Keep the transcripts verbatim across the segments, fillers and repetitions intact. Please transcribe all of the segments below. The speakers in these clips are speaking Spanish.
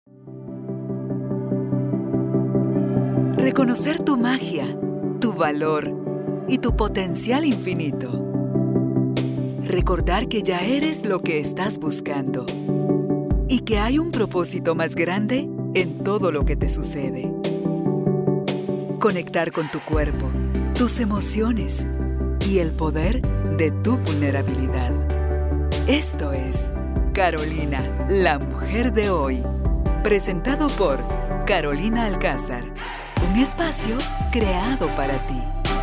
Reconocer tu magia, tu valor y tu potencial infinito. Recordar que ya eres lo que estás buscando y que hay un propósito más grande en todo lo que te sucede. Conectar con tu cuerpo, tus emociones y el poder de tu vulnerabilidad. Esto es Carolina, la mujer de hoy. Presentado por Carolina Alcázar. Un espacio creado para ti.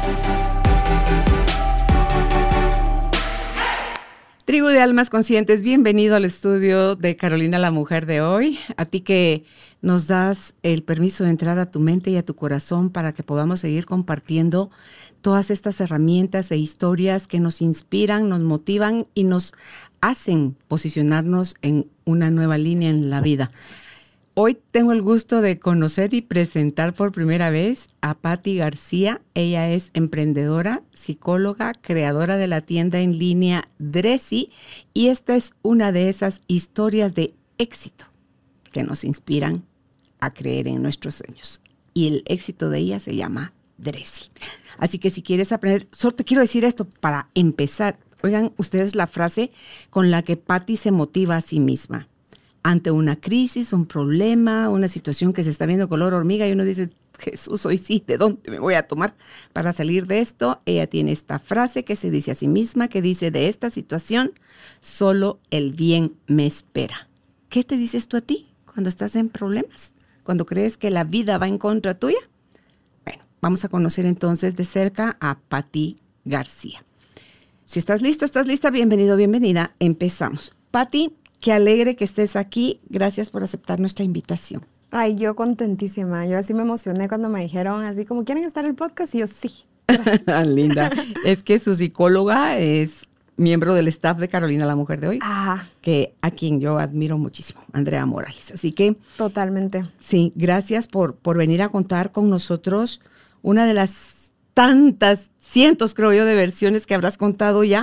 Tribu de Almas Conscientes, bienvenido al estudio de Carolina, la mujer de hoy. A ti que nos das el permiso de entrar a tu mente y a tu corazón para que podamos seguir compartiendo todas estas herramientas e historias que nos inspiran, nos motivan y nos hacen posicionarnos en una nueva línea en la vida. Hoy tengo el gusto de conocer y presentar por primera vez a Patti García. Ella es emprendedora, psicóloga, creadora de la tienda en línea Dressy, y esta es una de esas historias de éxito que nos inspiran a creer en nuestros sueños. Y el éxito de ella se llama Dressy. Así que si quieres aprender, solo te quiero decir esto para empezar. Oigan ustedes la frase con la que Patti se motiva a sí misma. Ante una crisis, un problema, una situación que se está viendo color hormiga y uno dice, Jesús, hoy sí, ¿de dónde me voy a tomar para salir de esto? Ella tiene esta frase que se dice a sí misma, que dice, de esta situación, solo el bien me espera. ¿Qué te dices tú a ti cuando estás en problemas? Cuando crees que la vida va en contra tuya. Bueno, vamos a conocer entonces de cerca a Patti García. Si estás listo, estás lista, bienvenido, bienvenida. Empezamos. Patti, qué alegre que estés aquí. Gracias por aceptar nuestra invitación. Ay, yo contentísima. Yo así me emocioné cuando me dijeron, así como, ¿quieren estar en el podcast? Y yo, sí. Linda. Es que su psicóloga es miembro del staff de Carolina, la mujer de hoy. Ajá. Que a quien yo admiro muchísimo, Andrea Morales. Así que... Totalmente. Sí, gracias por, por venir a contar con nosotros una de las tantas, cientos creo yo, de versiones que habrás contado ya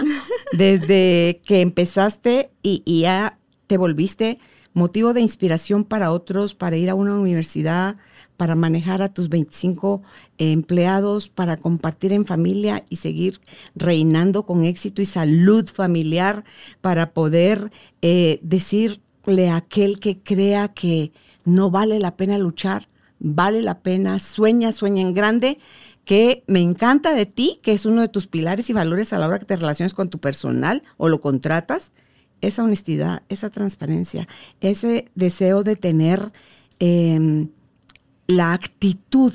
desde que empezaste y, y ya te volviste motivo de inspiración para otros, para ir a una universidad, para manejar a tus veinticinco empleados, para compartir en familia y seguir reinando con éxito y salud familiar, para poder eh, decirle a aquel que crea que no vale la pena luchar, vale la pena, sueña, sueña en grande, que me encanta de ti, que es uno de tus pilares y valores a la hora que te relaciones con tu personal o lo contratas, esa honestidad, esa transparencia, ese deseo de tener eh, la actitud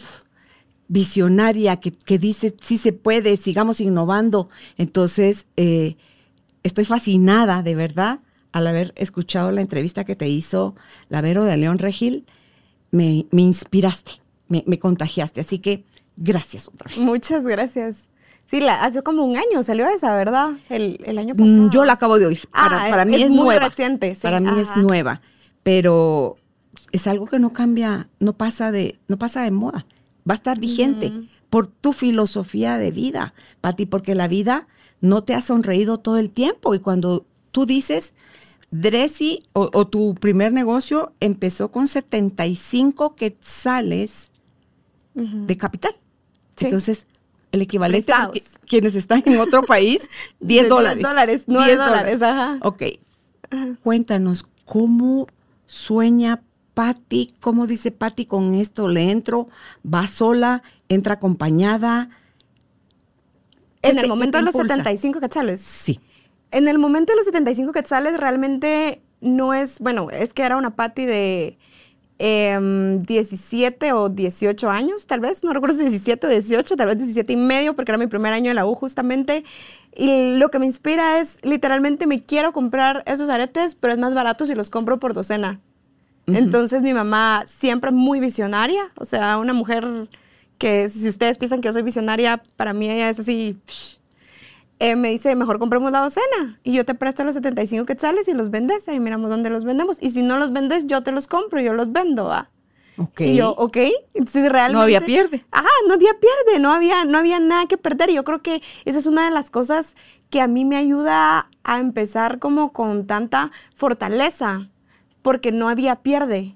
visionaria que, que dice, sí se puede, sigamos innovando. Entonces, eh, estoy fascinada, de verdad, al haber escuchado la entrevista que te hizo la Vero de León Regil, me, me inspiraste, me, me contagiaste, así que gracias otra vez. Muchas gracias. Sí, la, hace como un año salió esa, ¿verdad? El, el año pasado. Yo la acabo de oír. Ah, para, para es, mí es, es muy nueva. reciente. Sí. Para mí Ajá. es nueva, pero es algo que no cambia, no pasa de, no pasa de moda. Va a estar vigente uh-huh. por tu filosofía de vida, Patti, porque la vida no te ha sonreído todo el tiempo. Y cuando tú dices, Dressy o, o tu primer negocio empezó con setenta y cinco quetzales uh-huh. de capital. Sí. Entonces, el equivalente a quienes están en otro país, diez dólares. dólares, nueve dólares, ajá. Ok. Ajá. Cuéntanos, ¿cómo sueña Patti? ¿Cómo dice Patti con esto? ¿Le entro? ¿Va sola? ¿Entra acompañada? En el momento de los setenta y cinco quetzales. Sí. En el momento de los setenta y cinco quetzales realmente no es, bueno, es que era una Patti de eh, diecisiete o dieciocho años, tal vez, no recuerdo si diecisiete o dieciocho, tal vez diecisiete y medio, porque era mi primer año de la U justamente. Y lo que me inspira es, literalmente, me quiero comprar esos aretes, pero es más barato si los compro por docena. Uh-huh. Entonces mi mamá siempre muy visionaria, o sea, una mujer que si ustedes piensan que yo soy visionaria, para mí ella es así... Psh, Eh, me dice, mejor compremos la docena y yo te presto los setenta y cinco quetzales y los vendes, ahí miramos dónde los vendemos. Y si no los vendes, yo te los compro y yo los vendo, ¿va? Ok. Y yo, ok. Entonces, realmente... No había pierde. Ajá, no había pierde, no había, no había nada que perder. Y yo creo que esa es una de las cosas que a mí me ayuda a empezar como con tanta fortaleza, porque no había pierde.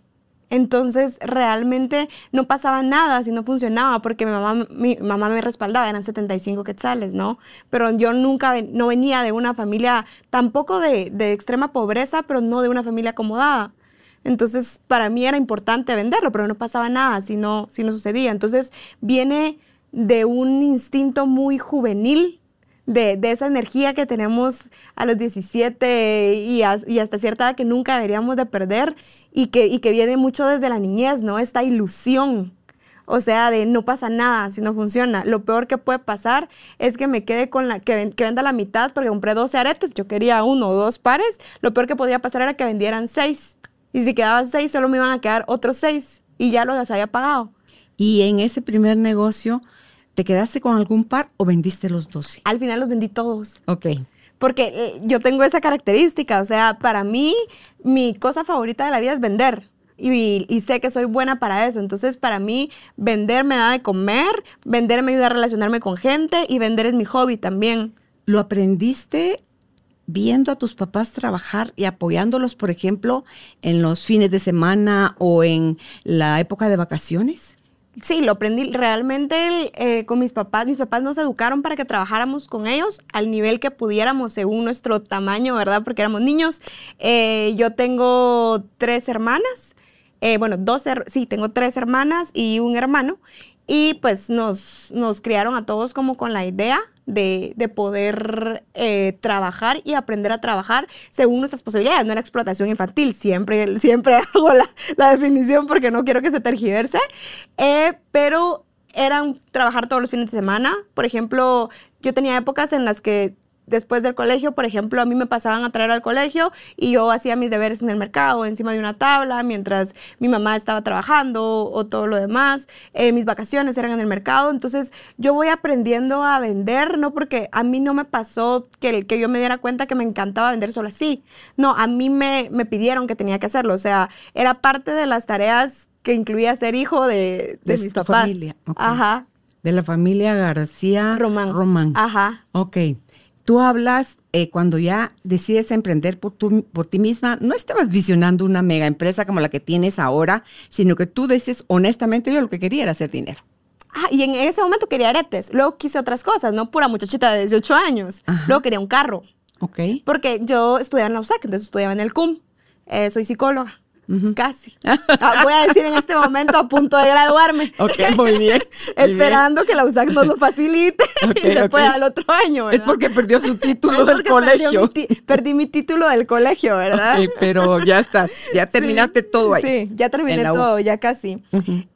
Entonces, realmente no pasaba nada si no funcionaba, porque mi mamá, mi mamá me respaldaba, eran setenta y cinco quetzales, ¿no? Pero yo nunca, ven, no venía de una familia, tampoco de, de extrema pobreza, pero no de una familia acomodada. Entonces, para mí era importante venderlo, pero no pasaba nada si no, si no sucedía. Entonces, viene de un instinto muy juvenil, de, de esa energía que tenemos a los diecisiete y, a, y hasta cierta edad que nunca deberíamos de perder, y que, y que viene mucho desde la niñez, ¿no? Esta ilusión, o sea, de no pasa nada si no funciona. Lo peor que puede pasar es que me quede con la, que, ven, que venda la mitad porque compré doce aretes, yo quería uno o dos pares, lo peor que podría pasar era que vendieran seis, y si quedaban seis solo me iban a quedar otros seis, y ya los había pagado. Y en ese primer negocio, ¿te quedaste con algún par o vendiste los doce? Al final los vendí todos. Ok. Porque eh, yo tengo esa característica, o sea, para mí, mi cosa favorita de la vida es vender. Y, y sé que soy buena para eso. Entonces, para mí, vender me da de comer, vender me ayuda a relacionarme con gente, y vender es mi hobby también. ¿Lo aprendiste viendo a tus papás trabajar y apoyándolos, por ejemplo, en los fines de semana o en la época de vacaciones? Sí, lo aprendí realmente eh, con mis papás. Mis papás nos educaron para que trabajáramos con ellos al nivel que pudiéramos según nuestro tamaño, ¿verdad? Porque éramos niños. Eh, yo tengo tres hermanas, eh, bueno, dos, her- sí, tengo tres hermanas y un hermano. Y pues nos, nos criaron a todos como con la idea de, de poder eh, trabajar y aprender a trabajar según nuestras posibilidades. No era explotación infantil, siempre, siempre hago la, la definición porque no quiero que se tergiverse, eh, pero eran trabajar todos los fines de semana. Por ejemplo, yo tenía épocas en las que después del colegio, por ejemplo, a mí me pasaban a traer al colegio y yo hacía mis deberes en el mercado, encima de una tabla, mientras mi mamá estaba trabajando o todo lo demás. Eh, mis vacaciones eran en el mercado. Entonces, yo voy aprendiendo a vender, no porque a mí no me pasó que, que yo me diera cuenta que me encantaba vender solo así. No, a mí me, me pidieron que tenía que hacerlo. O sea, era parte de las tareas que incluía ser hijo de, de, de mis papás. Familia. Okay. Ajá. De la familia García Román. Román. Ajá. Ok. Tú hablas, eh, cuando ya decides emprender por, tu, por ti misma, no estabas visionando una mega empresa como la que tienes ahora, sino que tú dices, honestamente, yo lo que quería era hacer dinero. Ah, y en ese momento quería aretes. Luego quise otras cosas, ¿no? Pura muchachita de dieciocho años. Ajá. Luego quería un carro. Ok. Porque yo estudiaba en la U S A C, entonces estudiaba en el C U M. Eh, soy psicóloga. Uh-huh. Casi. Ah, voy a decir en este momento a punto de graduarme. Ok, muy bien. Muy Esperando bien. que la U S A C nos lo facilite okay, y se okay. pueda al otro año, ¿verdad? Es porque perdió su título del colegio. Mi ti- perdí mi título del colegio, ¿verdad? Okay, pero ya estás, ya terminaste sí, todo ahí. Sí, ya terminé todo, ya casi. Uh-huh.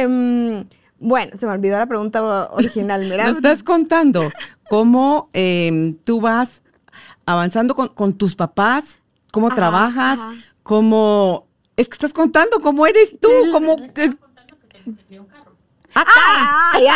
Eh, bueno, se me olvidó la pregunta original, ¿verdad? Nos estás contando cómo eh, tú vas avanzando con, con tus papás, cómo ajá, trabajas, ajá. cómo... Es que estás contando cómo eres tú, el, cómo... El, el, ¡Ah, ah ya!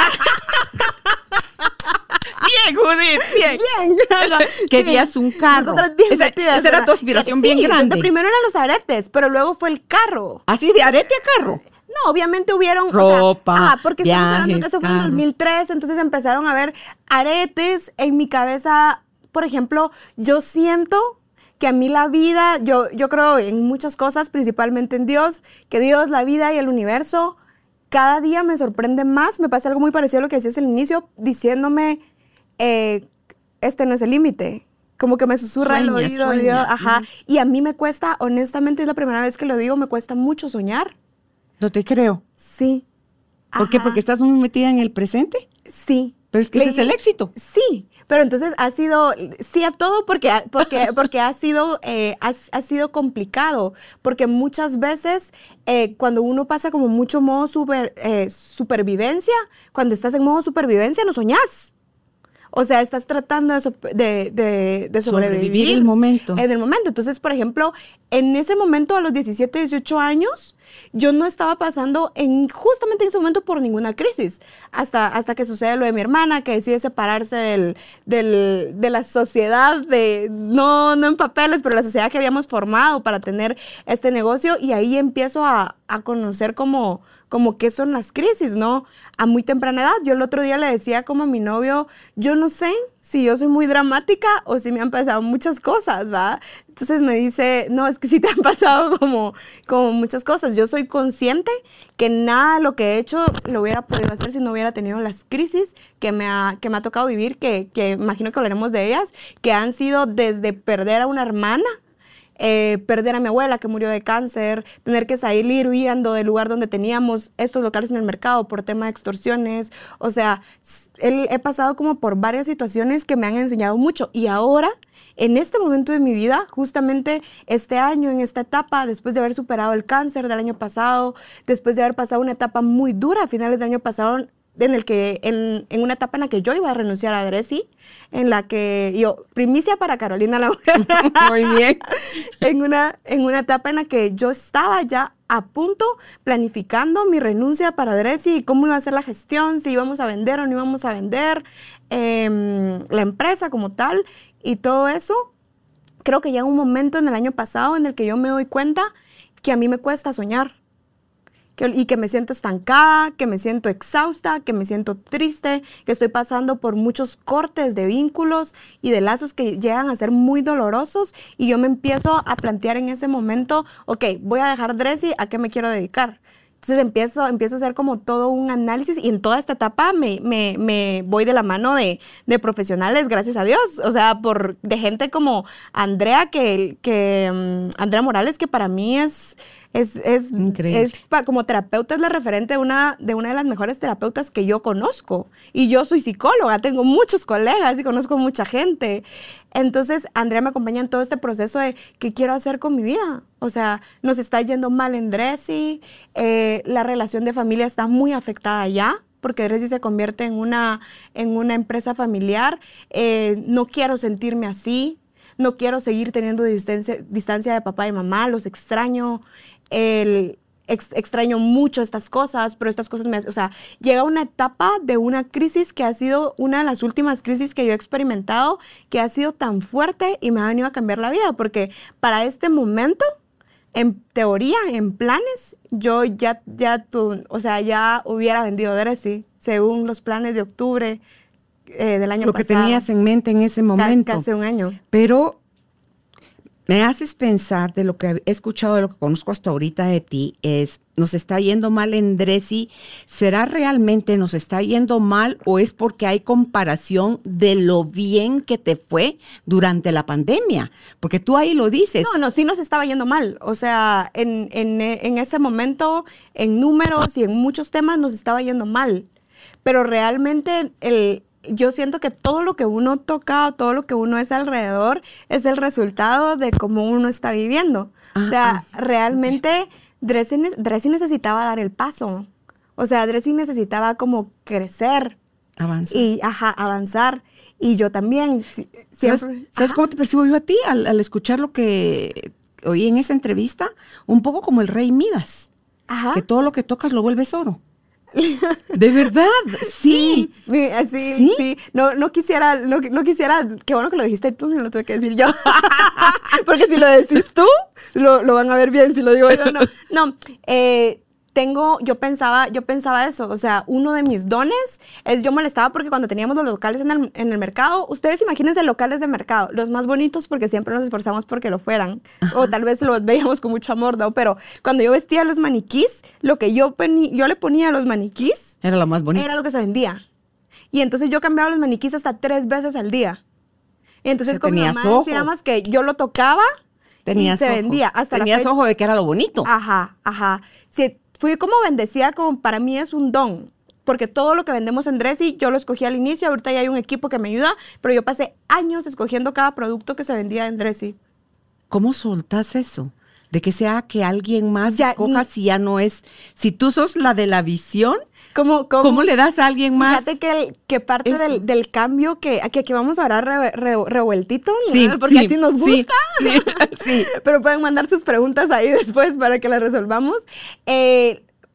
Bien, Judith, bien. Bien. Querías sí. un carro. Bien esa, metidas, esa era tu aspiración sí, bien grande. Primero eran los aretes, pero luego fue el carro. ¿Así de arete a carro? No, obviamente hubieron... Ropa, o sea, ah, porque viajes, estamos hablando, eso fue en dos mil tres, entonces empezaron a ver aretes en mi cabeza. Por ejemplo, yo siento... que a mí la vida, yo, yo creo en muchas cosas, principalmente en Dios, que Dios, la vida y el universo, cada día me sorprende más. Me pasa algo muy parecido a lo que decías al inicio, diciéndome, eh, este no es el límite. Como que me susurra el oído, Dios, ajá. Mm. Y a mí me cuesta, honestamente, es la primera vez que lo digo, me cuesta mucho soñar. No te creo. Sí. ¿Por ajá. qué? ¿Porque estás muy metida en el presente? Sí. Pero es que ese es el éxito. Sí, pero entonces ha sido, sí a todo porque, porque, porque ha, sido, eh, ha, ha sido complicado, porque muchas veces eh, cuando uno pasa como mucho modo super, eh, supervivencia, cuando estás en modo supervivencia no soñás. O sea, estás tratando de, de, de, de sobrevivir. Sobrevivir el momento. En el momento. Entonces, por ejemplo, en ese momento, a los diecisiete, dieciocho años, yo no estaba pasando en, justamente en ese momento por ninguna crisis. Hasta, hasta que sucede lo de mi hermana, que decide separarse del, del, de la sociedad, de, no, no en papeles, pero la sociedad que habíamos formado para tener este negocio. Y ahí empiezo a, a conocer como... como qué son las crisis, ¿no? A muy temprana edad. Yo el otro día le decía como a mi novio, yo no sé si yo soy muy dramática o si me han pasado muchas cosas, ¿va? Entonces me dice, no, es que sí te han pasado como, como muchas cosas. Yo soy consciente que nada de lo que he hecho lo hubiera podido hacer si no hubiera tenido las crisis que me ha, que me ha tocado vivir, que, que imagino que hablaremos de ellas, que han sido desde perder a una hermana, Eh, perder a mi abuela que murió de cáncer, tener que salir huyendo del lugar donde teníamos estos locales en el mercado por tema de extorsiones. O sea, él, he pasado como por varias situaciones que me han enseñado mucho. Y ahora, en este momento de mi vida, justamente este año, en esta etapa, después de haber superado el cáncer del año pasado, después de haber pasado una etapa muy dura a finales del año pasado, en el que en, en una etapa en la que yo iba a renunciar a Dressy, en la que yo, primicia para Carolina la Mujer. Muy bien. en, una, en una etapa en la que yo estaba ya a punto planificando mi renuncia para Dressy y cómo iba a ser la gestión, si íbamos a vender o no íbamos a vender, eh, la empresa como tal y todo eso. Creo que llega un momento en el año pasado en el que yo me doy cuenta que a mí me cuesta soñar. Que, y que me siento estancada, que me siento exhausta, que me siento triste, que estoy pasando por muchos cortes de vínculos y de lazos que llegan a ser muy dolorosos y yo me empiezo a plantear en ese momento, ok, voy a dejar Dressy, ¿a qué me quiero dedicar? Entonces empiezo, empiezo a hacer como todo un análisis y en toda esta etapa me, me, me voy de la mano de, de profesionales, gracias a Dios. O sea, por, de gente como Andrea, que, que um, Andrea Morales, que para mí es... Es, es, es pa, como terapeuta es la referente de una, de una de las mejores terapeutas que yo conozco. Y yo soy psicóloga, tengo muchos colegas y conozco mucha gente. Entonces, Andrea me acompaña en todo este proceso de qué quiero hacer con mi vida. O sea, nos está yendo mal en Dressy, eh, la relación de familia está muy afectada ya, porque Dressy se convierte en una, en una empresa familiar. Eh, no quiero sentirme así. No quiero seguir teniendo distancia, distancia de papá y mamá, los extraño, el, ex, extraño mucho estas cosas, pero estas cosas me hacen, o sea, llega una etapa de una crisis que ha sido una de las últimas crisis que yo he experimentado, que ha sido tan fuerte y me ha venido a cambiar la vida, porque para este momento, en teoría, en planes, yo ya, ya, tu, o sea, ya hubiera vendido Dressy, según los planes de octubre, Eh, del año lo pasado. que tenías en mente en ese momento. Casi un año. Pero me haces pensar de lo que he escuchado, de lo que conozco hasta ahorita de ti, es, nos está yendo mal en Dressy. ¿Será realmente nos está yendo mal o es porque hay comparación de lo bien que te fue durante la pandemia? Porque tú ahí lo dices. No, no, sí nos estaba yendo mal. O sea, en, en, en ese momento, en números y en muchos temas nos estaba yendo mal. Pero realmente el... yo siento que todo lo que uno toca, todo lo que uno es alrededor, es el resultado de cómo uno está viviendo. Ah, o sea, ah, realmente okay. Dressy, Dressy necesitaba dar el paso. O sea, Dressy necesitaba como crecer. Avanzar. Y, ajá, avanzar. Y yo también. Siempre, ¿Sabes, ¿sabes cómo te percibo yo a ti al, al escuchar lo que oí en esa entrevista? Un poco como el rey Midas. Ajá. Que todo lo que tocas lo vuelves oro. De verdad, sí. Sí, sí, ¿Sí? sí. No, no quisiera, no, no quisiera, qué bueno que lo dijiste tú, no lo tuve que decir yo. Porque si lo decís tú, lo, lo van a ver bien, si lo digo yo, no. No, eh, tengo, yo pensaba, yo pensaba eso, o sea, uno de mis dones es, yo molestaba porque cuando teníamos los locales en el, en el mercado, ustedes imagínense locales de mercado, los más bonitos porque siempre nos esforzamos porque lo fueran, ajá, o tal vez los veíamos con mucho amor, ¿no? Pero cuando yo vestía los maniquís, lo que yo, yo le ponía a los maniquís era lo más bonito, era lo que se vendía. Y entonces yo cambiaba los maniquís hasta tres veces al día. Y entonces, o sea, con mi mamá decíamos que yo lo tocaba tenías y se ojo. vendía. Hasta tenías la ojo de que era lo bonito. Ajá, ajá. Sí, fui como bendecida, como para mí es un don, porque todo lo que vendemos en Dressy, yo lo escogí al inicio, ahorita ya hay un equipo que me ayuda, pero yo pasé años escogiendo cada producto que se vendía en Dressy. ¿Cómo soltás eso? De que sea que alguien más ya, escoja si ya no es, si tú sos la de la visión, ¿cómo, cómo, ¿cómo le das a alguien más? Fíjate que, el, que parte del, del cambio que, que, que vamos a hablar re, re, revueltito, sí, porque sí, así nos gusta, sí, sí, sí. Pero pueden mandar sus preguntas ahí después para que las resolvamos. Eh,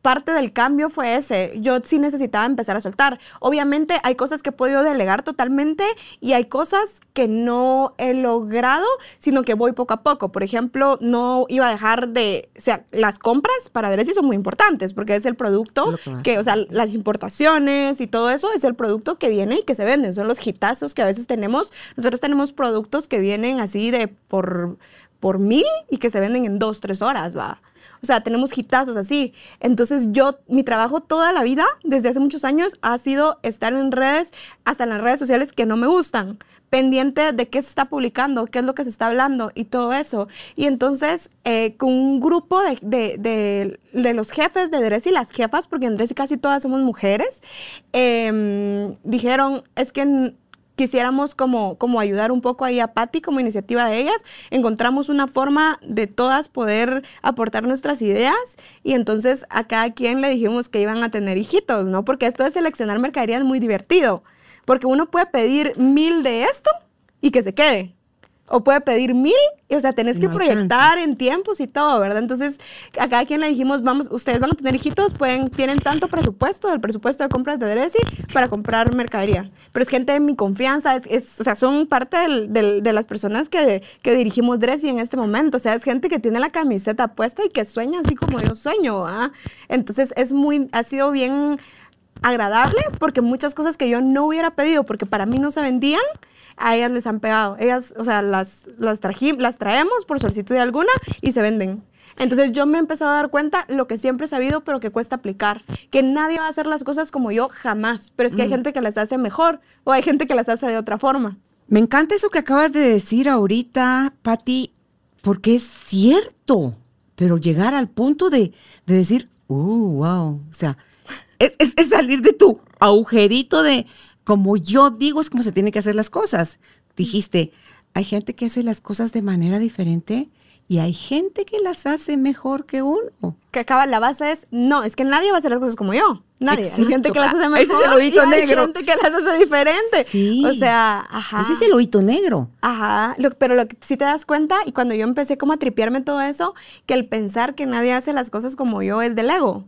parte del cambio fue ese. Yo sí necesitaba empezar a soltar. Obviamente hay cosas que he podido delegar totalmente y hay cosas que no he logrado, sino que voy poco a poco. Por ejemplo, no iba a dejar de... O sea, las compras para Dressy son muy importantes porque es el producto que, que, o sea, las importaciones y todo eso es el producto que viene y que se venden. Son los hitazos que a veces tenemos. Nosotros tenemos productos que vienen así de por, por mil y que se venden en dos, tres horas, va. O sea, tenemos hitazos así. Entonces yo, mi trabajo toda la vida, desde hace muchos años, ha sido estar en redes, hasta en las redes sociales que no me gustan, pendiente de qué se está publicando, qué es lo que se está hablando y todo eso. Y entonces, eh, con un grupo de, de, de, de los jefes de Dressy, las jefas, porque en Dressy casi todas somos mujeres, eh, dijeron, es que... quisiéramos como, como ayudar un poco ahí a Patty como iniciativa de ellas. Encontramos una forma de todas poder aportar nuestras ideas y entonces a cada quien le dijimos que iban a tener hijitos, ¿no? Porque esto de seleccionar mercadería es muy divertido, porque uno puede pedir mil de esto y que se quede. O puede pedir mil, y, o sea, tenés que no proyectar alcanza en tiempos y todo, ¿verdad? Entonces, a cada quien le dijimos, vamos, ustedes van a tener hijitos, pueden, tienen tanto presupuesto, del presupuesto de compras de Dressy, para comprar mercadería. Pero es gente de mi confianza, es, es, o sea, son parte del, del, de las personas que, que dirigimos Dressy en este momento. O sea, es gente que tiene la camiseta puesta y que sueña así como yo sueño, ¿ah? Entonces, es muy, ha sido bien agradable, porque muchas cosas que yo no hubiera pedido, porque para mí no se vendían, a ellas les han pegado. Ellas, o sea, las, las, traji, las traemos por solicitud de alguna y se venden. Entonces yo me he empezado a dar cuenta lo que siempre he sabido, pero que cuesta aplicar. Que nadie va a hacer las cosas como yo jamás. Pero es que mm. hay gente que las hace mejor o hay gente que las hace de otra forma. Me encanta eso que acabas de decir ahorita, Patty, porque es cierto. Pero llegar al punto de, de decir, uh, wow. O sea, es, es, es salir de tu agujerito de... Como yo digo, es como se tienen que hacer las cosas. Dijiste, hay gente que hace las cosas de manera diferente y hay gente que las hace mejor que uno. Que acaba, la base es, no, es que nadie va a hacer las cosas como yo. Nadie. Exacto. Hay gente que las hace mejor. Ese es el ojito y negro. Hay gente que las hace diferente. Sí. O sea, ajá. Ese es el ojito negro. Ajá. Lo, pero lo que sí te das cuenta, y cuando yo empecé como a tripearme todo eso, que el pensar que nadie hace las cosas como yo es del ego.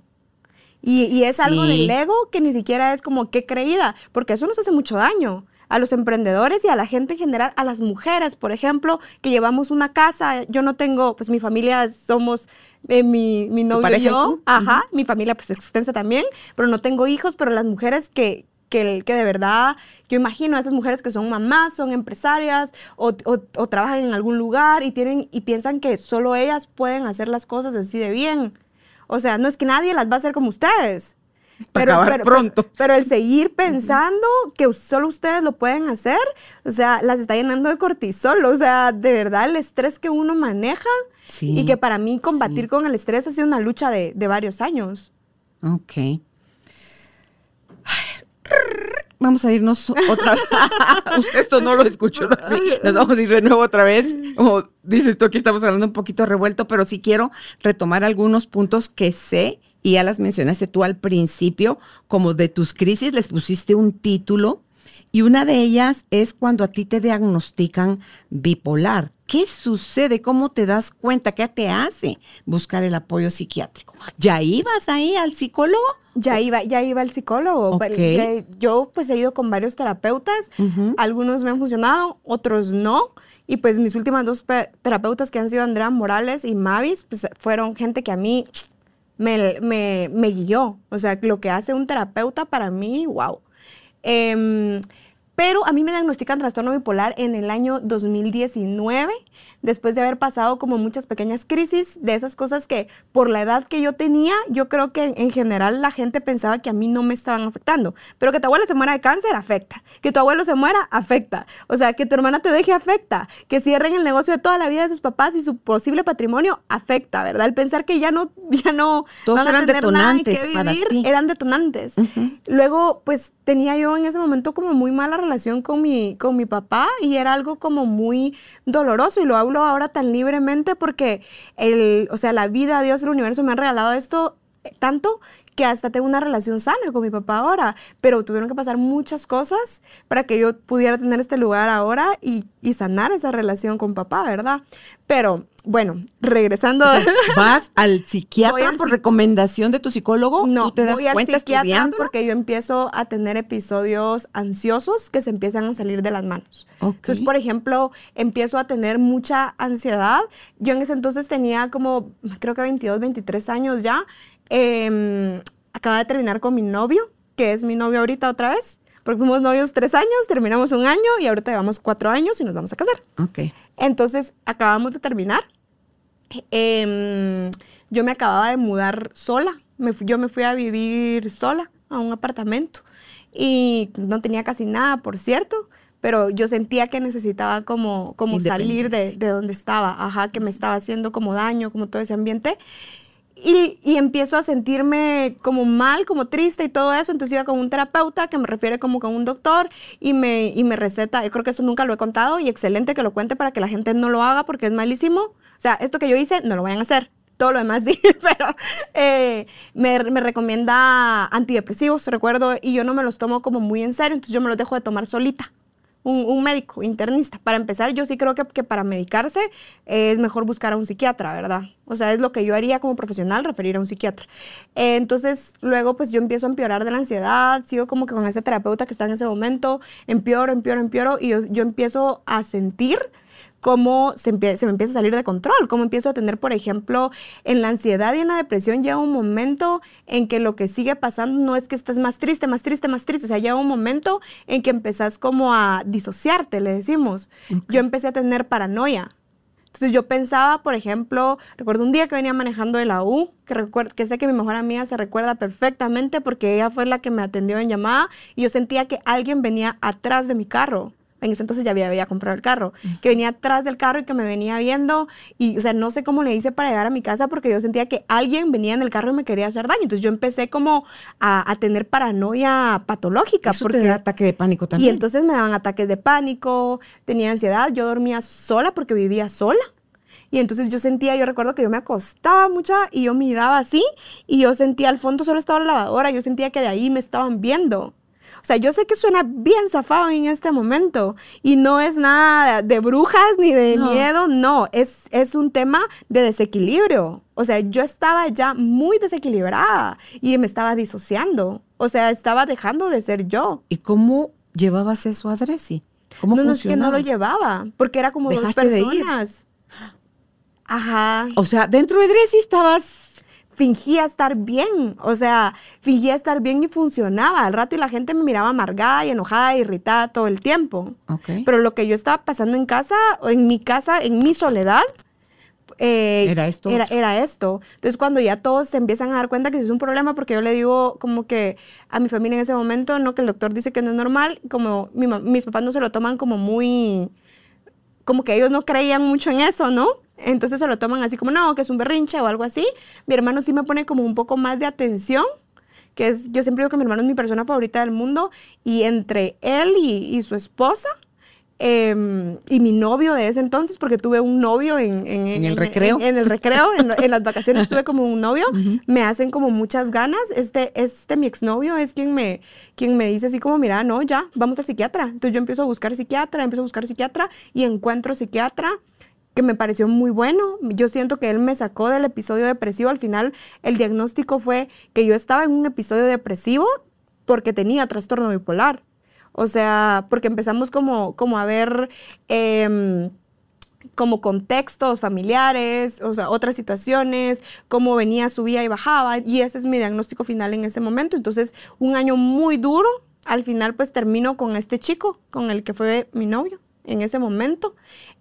Y, y es sí. algo del ego que ni siquiera es como que creída, porque eso nos hace mucho daño a los emprendedores y a la gente en general, a las mujeres, por ejemplo, que llevamos una casa. Yo no tengo, pues mi familia somos eh, mi, mi novio y yo, ajá, uh-huh. mi familia pues extensa también, pero no tengo hijos, pero las mujeres que, que, que de verdad, yo imagino a esas mujeres que son mamás, son empresarias o, o, o trabajan en algún lugar y, tienen, y piensan que solo ellas pueden hacer las cosas así de bien. O sea, no es que nadie las va a hacer como ustedes. Para pero, acabar pero, pronto. Pero, pero el seguir pensando que solo ustedes lo pueden hacer, o sea, las está llenando de cortisol. O sea, de verdad, el estrés que uno maneja. Sí, y que para mí combatir sí. con el estrés ha sido una lucha de, de varios años. Ok. Vamos a irnos otra vez. Esto no lo escucho, ¿no? Sí, nos vamos a ir de nuevo otra vez. Como dices tú, aquí estamos hablando un poquito revuelto, pero sí quiero retomar algunos puntos que sé, y ya las mencionaste tú al principio, como de tus crisis, les pusiste un título, y una de ellas es cuando a ti te diagnostican bipolar. ¿Qué sucede? ¿Cómo te das cuenta? ¿Qué te hace buscar el apoyo psiquiátrico? ¿Ya ibas ahí al psicólogo? Ya iba, ya iba al psicólogo. Okay. Yo pues he ido con varios terapeutas. Uh-huh. Algunos me han funcionado, otros no. Y pues mis últimas dos pe- terapeutas, que han sido Andrea Morales y Mavis, pues fueron gente que a mí me, me, me guió. O sea, lo que hace un terapeuta para mí, wow. Eh, Pero a mí me diagnostican trastorno bipolar en el año dos mil diecinueve, después de haber pasado como muchas pequeñas crisis, de esas cosas que por la edad que yo tenía, yo creo que en general la gente pensaba que a mí no me estaban afectando. Pero que tu abuela se muera de cáncer, afecta. Que tu abuelo se muera, afecta. O sea, que tu hermana te deje, afecta. Que cierren el negocio de toda la vida de sus papás y su posible patrimonio, afecta, ¿verdad? El pensar que ya no, ya no Todos van a eran tener detonantes nada que para vivir, ti. Eran detonantes. Uh-huh. Luego, pues, tenía yo en ese momento como muy mala relación con mi, con mi papá y era algo como muy doloroso, y lo hablo ahora tan libremente porque el, o sea, la vida, Dios, el universo me han regalado esto tanto que hasta tengo una relación sana con mi papá ahora, pero tuvieron que pasar muchas cosas para que yo pudiera tener este lugar ahora y, y sanar esa relación con papá, ¿verdad? Pero, bueno, regresando... O sea, ¿vas al psiquiatra Voy al por psiqui- recomendación de tu psicólogo? No, ¿Tú te das voy al cuenta psiquiatra estudiándolo? porque yo empiezo a tener episodios ansiosos que se empiezan a salir de las manos. Ok. Entonces, por ejemplo, empiezo a tener mucha ansiedad. Yo en ese entonces tenía como, creo que veintidós, veintitrés años ya. Eh, acababa de terminar con mi novio, que es mi novio ahorita otra vez, porque fuimos novios tres años, terminamos un año y ahorita llevamos cuatro años y nos vamos a casar. Ok. Entonces, acabamos de terminar. Eh, yo me acababa de mudar sola. Me fui- yo me fui a vivir sola a un apartamento y no tenía casi nada, por cierto, pero yo sentía que necesitaba como, como salir de, Independencia. de donde estaba, ajá, que me estaba haciendo como daño, como todo ese ambiente. Y, y empiezo a sentirme como mal, como triste y todo eso. Entonces iba con un terapeuta que me refiere como con un doctor y me, y me receta. Yo creo que eso nunca lo he contado y excelente que lo cuente para que la gente no lo haga porque es malísimo. O sea, esto que yo hice, no lo vayan a hacer. Todo lo demás sí, pero eh, me, me recomienda antidepresivos, recuerdo, y yo no me los tomo como muy en serio, entonces yo me los dejo de tomar solita. Un, un médico internista. Para empezar, yo sí creo que, que para medicarse eh, es mejor buscar a un psiquiatra, ¿verdad? O sea, es lo que yo haría como profesional, referir a un psiquiatra. Eh, entonces, luego, pues yo empiezo a empeorar de la ansiedad, sigo como que con ese terapeuta que está en ese momento, empeoro, empeoro, empeoro, y yo, yo empiezo a sentir cómo se, empie- se me empieza a salir de control, cómo empiezo a tener, por ejemplo, en la ansiedad y en la depresión llega un momento en que lo que sigue pasando no es que estás más triste, más triste, más triste, o sea, llega un momento en que empezás como a disociarte, le decimos. Okay. Yo empecé a tener paranoia. Entonces yo pensaba, por ejemplo, recuerdo un día que venía manejando de la U, que, recuerdo, que sé que mi mejor amiga se recuerda perfectamente porque ella fue la que me atendió en llamada y yo sentía que alguien venía atrás de mi carro. En ese entonces ya había, había comprado el carro, que venía atrás del carro y que me venía viendo y, o sea, no sé cómo le hice para llegar a mi casa porque yo sentía que alguien venía en el carro y me quería hacer daño. Entonces yo empecé como a, a tener paranoia patológica. Eso porque, te da ataque de pánico también. Y entonces me daban ataques de pánico, tenía ansiedad, yo dormía sola porque vivía sola. Y entonces yo sentía, yo recuerdo que yo me acostaba mucha y yo miraba así y yo sentía al fondo solo estaba la lavadora, yo sentía que de ahí me estaban viendo. O sea, yo sé que suena bien zafado en este momento y no es nada de, de brujas ni de no. miedo, no, es, es un tema de desequilibrio. O sea, yo estaba ya muy desequilibrada y me estaba disociando. O sea, estaba dejando de ser yo. ¿Y cómo llevabas eso a Dressi? ¿Cómo no, no, es que no lo llevaba, porque era como dos personas. Ajá. O sea, dentro de Dressi estabas... Fingía estar bien, o sea, fingía estar bien y funcionaba. Al rato y la gente me miraba amargada y enojada, irritada todo el tiempo. Okay. Pero lo que yo estaba pasando en casa, en mi casa, en mi soledad, eh, era esto. Era, era esto. Entonces, cuando ya todos se empiezan a dar cuenta que es un problema, porque yo le digo como que a mi familia en ese momento, no, que el doctor dice que no es normal, como mi, mis papás no se lo toman como muy... como que ellos no creían mucho en eso, ¿no? Entonces se lo toman así como, no, que es un berrinche o algo así. Mi hermano sí me pone como un poco más de atención, que es, yo siempre digo que mi hermano es mi persona favorita del mundo, y entre él y, y su esposa, eh, y mi novio de ese entonces, porque tuve un novio en, en, ¿En el recreo. En, en el recreo, en, en las vacaciones tuve como un novio, uh-huh. Me hacen como muchas ganas. Este, este mi exnovio es quien me, quien me dice así como, mira, no, ya, vamos al psiquiatra. Entonces yo empiezo a buscar psiquiatra, empiezo a buscar psiquiatra y encuentro psiquiatra, que me pareció muy bueno. Yo siento que él me sacó del episodio depresivo. Al final, el diagnóstico fue que yo estaba en un episodio depresivo porque tenía trastorno bipolar. O sea, porque empezamos como, como a ver eh, como contextos familiares, o sea, otras situaciones, cómo venía, subía y bajaba. Y ese es mi diagnóstico final en ese momento. Entonces, un año muy duro. Al final, pues, termino con este chico, con el que fue mi novio en ese momento,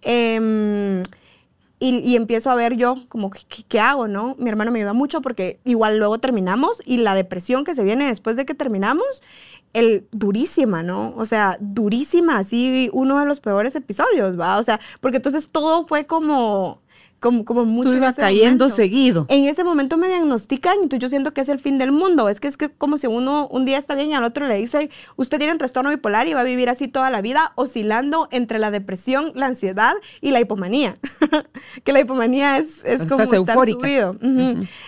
eh, y, y empiezo a ver yo como, ¿qué, ¿qué hago, no? Mi hermano me ayuda mucho porque igual luego terminamos y la depresión que se viene después de que terminamos, el, durísima, ¿no? O sea, durísima, así uno de los peores episodios, ¿va? O sea, porque entonces todo fue como... Como, como mucho. Tú ibas cayendo momento. seguido. En ese momento me diagnostican, entonces yo siento que es el fin del mundo. Es que es que como si uno un día está bien y al otro le dice, usted tiene un trastorno bipolar y va a vivir así toda la vida, oscilando entre la depresión, la ansiedad y la hipomanía. Que la hipomanía es, es como estar eufórica. subido. Uh-huh. Uh-huh.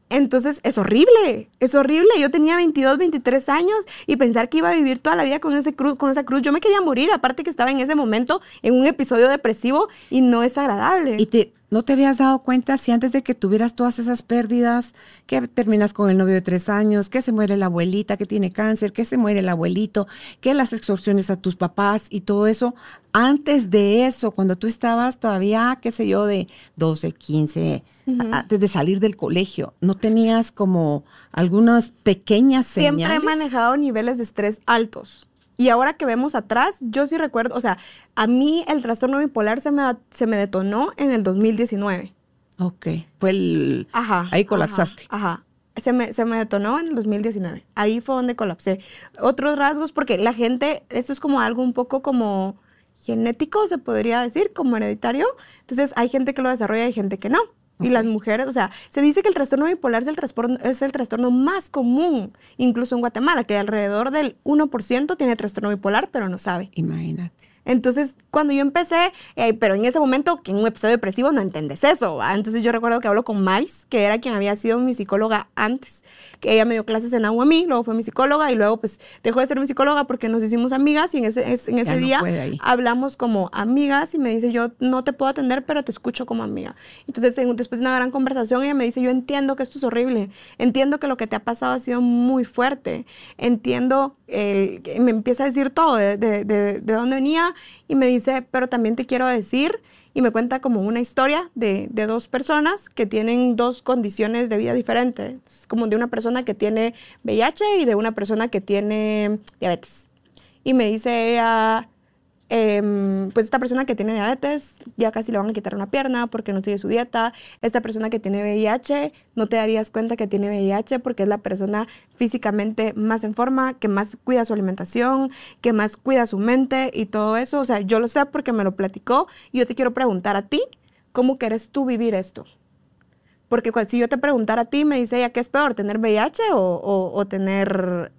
Entonces, es horrible, es horrible. Yo tenía veintidós, veintitrés años y pensar que iba a vivir toda la vida con, ese cruz, con esa cruz. Yo me quería morir, aparte que estaba en ese momento en un episodio depresivo y no es agradable. ¿Y te, no te habías dado cuenta si antes de que tuvieras todas esas pérdidas, que terminas con el novio de tres años, que se muere la abuelita que tiene cáncer, que se muere el abuelito, que las extorsiones a tus papás y todo eso, antes de eso, cuando tú estabas todavía, qué sé yo, de doce, quince, uh-huh. antes de salir del colegio, ¿no tenías como algunas pequeñas señales? Siempre he manejado niveles de estrés altos. Y ahora que vemos atrás, yo sí recuerdo, o sea, a mí el trastorno bipolar se me, se me detonó en el dos mil diecinueve. Ok, fue el... Ajá. Ahí colapsaste. Ajá, ajá. Se me, se me detonó en el dos mil diecinueve. Ahí fue donde colapsé. Otros rasgos, porque la gente, esto es como algo un poco como genético, se podría decir, como hereditario. Entonces, hay gente que lo desarrolla y hay gente que no. Okay. Y las mujeres, o sea, se dice que el trastorno bipolar es el, trastorno, es el trastorno más común, incluso en Guatemala, que alrededor del uno por ciento tiene trastorno bipolar, pero no sabe. Imagínate. Entonces, cuando yo empecé, eh, pero en ese momento, que en un episodio depresivo no entendés eso, ¿va? Entonces yo recuerdo que hablo con Mais, que era quien había sido mi psicóloga antes, que ella me dio clases en agua a mí, luego fue mi psicóloga y luego pues dejó de ser mi psicóloga porque nos hicimos amigas y en ese, es, en ese no día hablamos como amigas y me dice, yo no te puedo atender, pero te escucho como amiga. Entonces, en, después de una gran conversación, ella me dice, yo entiendo que esto es horrible, entiendo que lo que te ha pasado ha sido muy fuerte, entiendo, el, me empieza a decir todo, de, de, de, de dónde venía. Y me dice, pero también te quiero decir, y me cuenta como una historia de, de dos personas que tienen dos condiciones de vida diferentes. Es como de una persona que tiene V I H y de una persona que tiene diabetes. Y me dice ella, eh, pues esta persona que tiene diabetes ya casi le van a quitar una pierna porque no sigue su dieta. Esta persona que tiene V I H, no te darías cuenta que tiene V I H porque es la persona físicamente más en forma, que más cuida su alimentación, que más cuida su mente y todo eso. O sea, yo lo sé porque me lo platicó y yo te quiero preguntar a ti, ¿cómo querés tú vivir esto? Porque si yo te preguntara a ti, me dice ella, ¿qué es peor, tener V I H o, o, o tener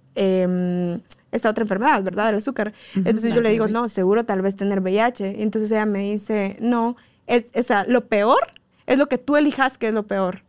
eh, esta otra enfermedad, verdad, el azúcar? Uh-huh, Entonces yo le digo, no, seguro tal vez tener V I H. Entonces ella me dice, no, es, o sea, lo peor es lo que tú elijas que es lo peor.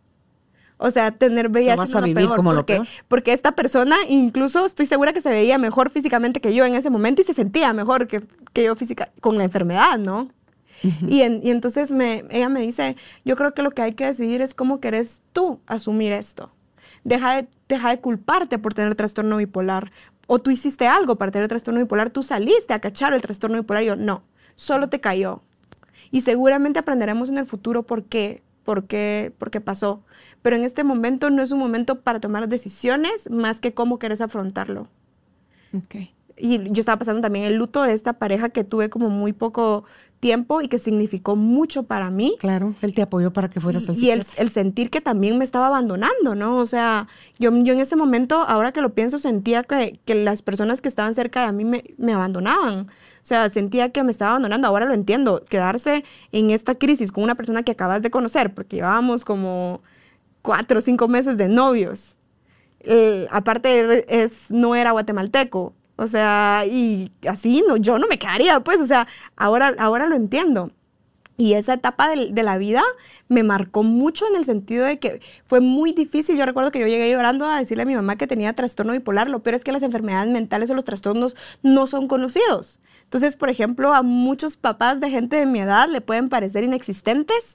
O sea, tener V I H vas no a es lo vivir peor, como porque, lo peor. Porque esta persona, incluso estoy segura que se veía mejor físicamente que yo en ese momento y se sentía mejor que, que yo física, con la enfermedad, ¿no? Uh-huh. Y, en, y entonces me, ella me dice, yo creo que lo que hay que decidir es cómo querés tú asumir esto. Deja de, deja de culparte por tener trastorno bipolar. O tú hiciste algo para tener trastorno bipolar, tú saliste a cachar el trastorno bipolar. Y yo, no, solo te cayó. Y seguramente aprenderemos en el futuro por qué, por qué, por qué pasó. Pero en este momento no es un momento para tomar decisiones más que cómo querés afrontarlo. Okay. Y yo estaba pasando también el luto de esta pareja que tuve como muy poco tiempo y que significó mucho para mí. Claro, él te apoyó para que fueras al Y el, el sentir que también me estaba abandonando, ¿no? O sea, yo, yo en ese momento, ahora que lo pienso, sentía que, que las personas que estaban cerca de mí me, me abandonaban. O sea, sentía que me estaba abandonando. Ahora lo entiendo. Quedarse en esta crisis con una persona que acabas de conocer, porque llevábamos como cuatro o cinco meses de novios. Eh, aparte, es, no era guatemalteco. O sea, y así no, yo no me quedaría, pues, o sea, ahora, ahora lo entiendo. Y esa etapa de, de la vida me marcó mucho en el sentido de que fue muy difícil. Yo recuerdo que yo llegué llorando a decirle a mi mamá que tenía trastorno bipolar. Lo peor es que las enfermedades mentales o los trastornos no son conocidos. Entonces, por ejemplo, a muchos papás de gente de mi edad le pueden parecer inexistentes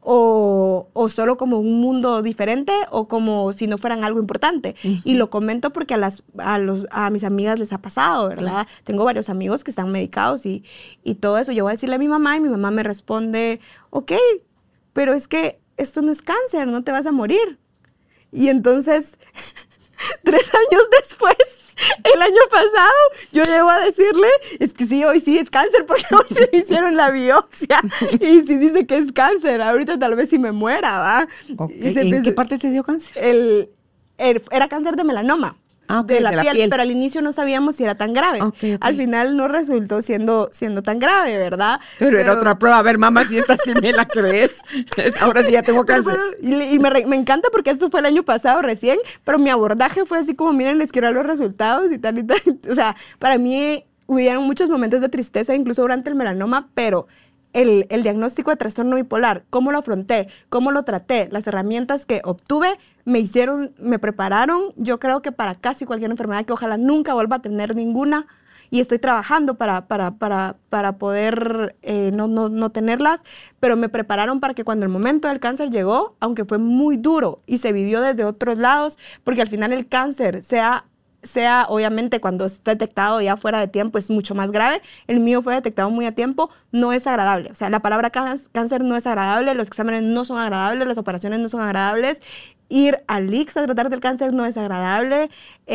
o, o solo como un mundo diferente o como si no fueran algo importante. Uh-huh. Y lo comento porque a, las, a, los, a mis amigas les ha pasado, ¿verdad? Claro. Tengo varios amigos que están medicados y, y todo eso. Yo voy a decirle a mi mamá y mi mamá me responde, ok, pero es que esto no es cáncer, no te vas a morir. Y entonces, tres años después, el año pasado, yo llego a decirle, es que sí, hoy sí es cáncer porque hoy se me hicieron la biopsia y sí dice que es cáncer, ahorita tal vez si me muera, ¿va? Okay. ¿En empieza, qué parte te dio cáncer? El, el, era cáncer de melanoma. Ah, okay, de, la, de piel, la piel, pero al inicio no sabíamos si era tan grave. Okay, okay. Al final no resultó siendo, siendo tan grave, ¿verdad? Pero, pero era otra prueba. A ver, mamá, si esta sí me la crees. Ahora sí ya tengo cáncer. Pero, pero, y y me, me encanta porque esto fue el año pasado recién, pero mi abordaje fue así como, miren, les quiero dar los resultados y tal y tal. O sea, para mí hubieron muchos momentos de tristeza, incluso durante el melanoma, pero el, el diagnóstico de trastorno bipolar, cómo lo afronté, cómo lo traté, las herramientas que obtuve, me hicieron, me prepararon, yo creo que para casi cualquier enfermedad que ojalá nunca vuelva a tener ninguna, y estoy trabajando para, para, para, para poder eh, no, no, no tenerlas, pero me prepararon para que cuando el momento del cáncer llegó, aunque fue muy duro y se vivió desde otros lados, porque al final el cáncer, sea, sea obviamente cuando está detectado ya fuera de tiempo, es mucho más grave. El mío fue detectado muy a tiempo, no es agradable. O sea, la palabra cáncer no es agradable, los exámenes no son agradables, las operaciones no son agradables. Ir al I C S a tratar del cáncer no es agradable.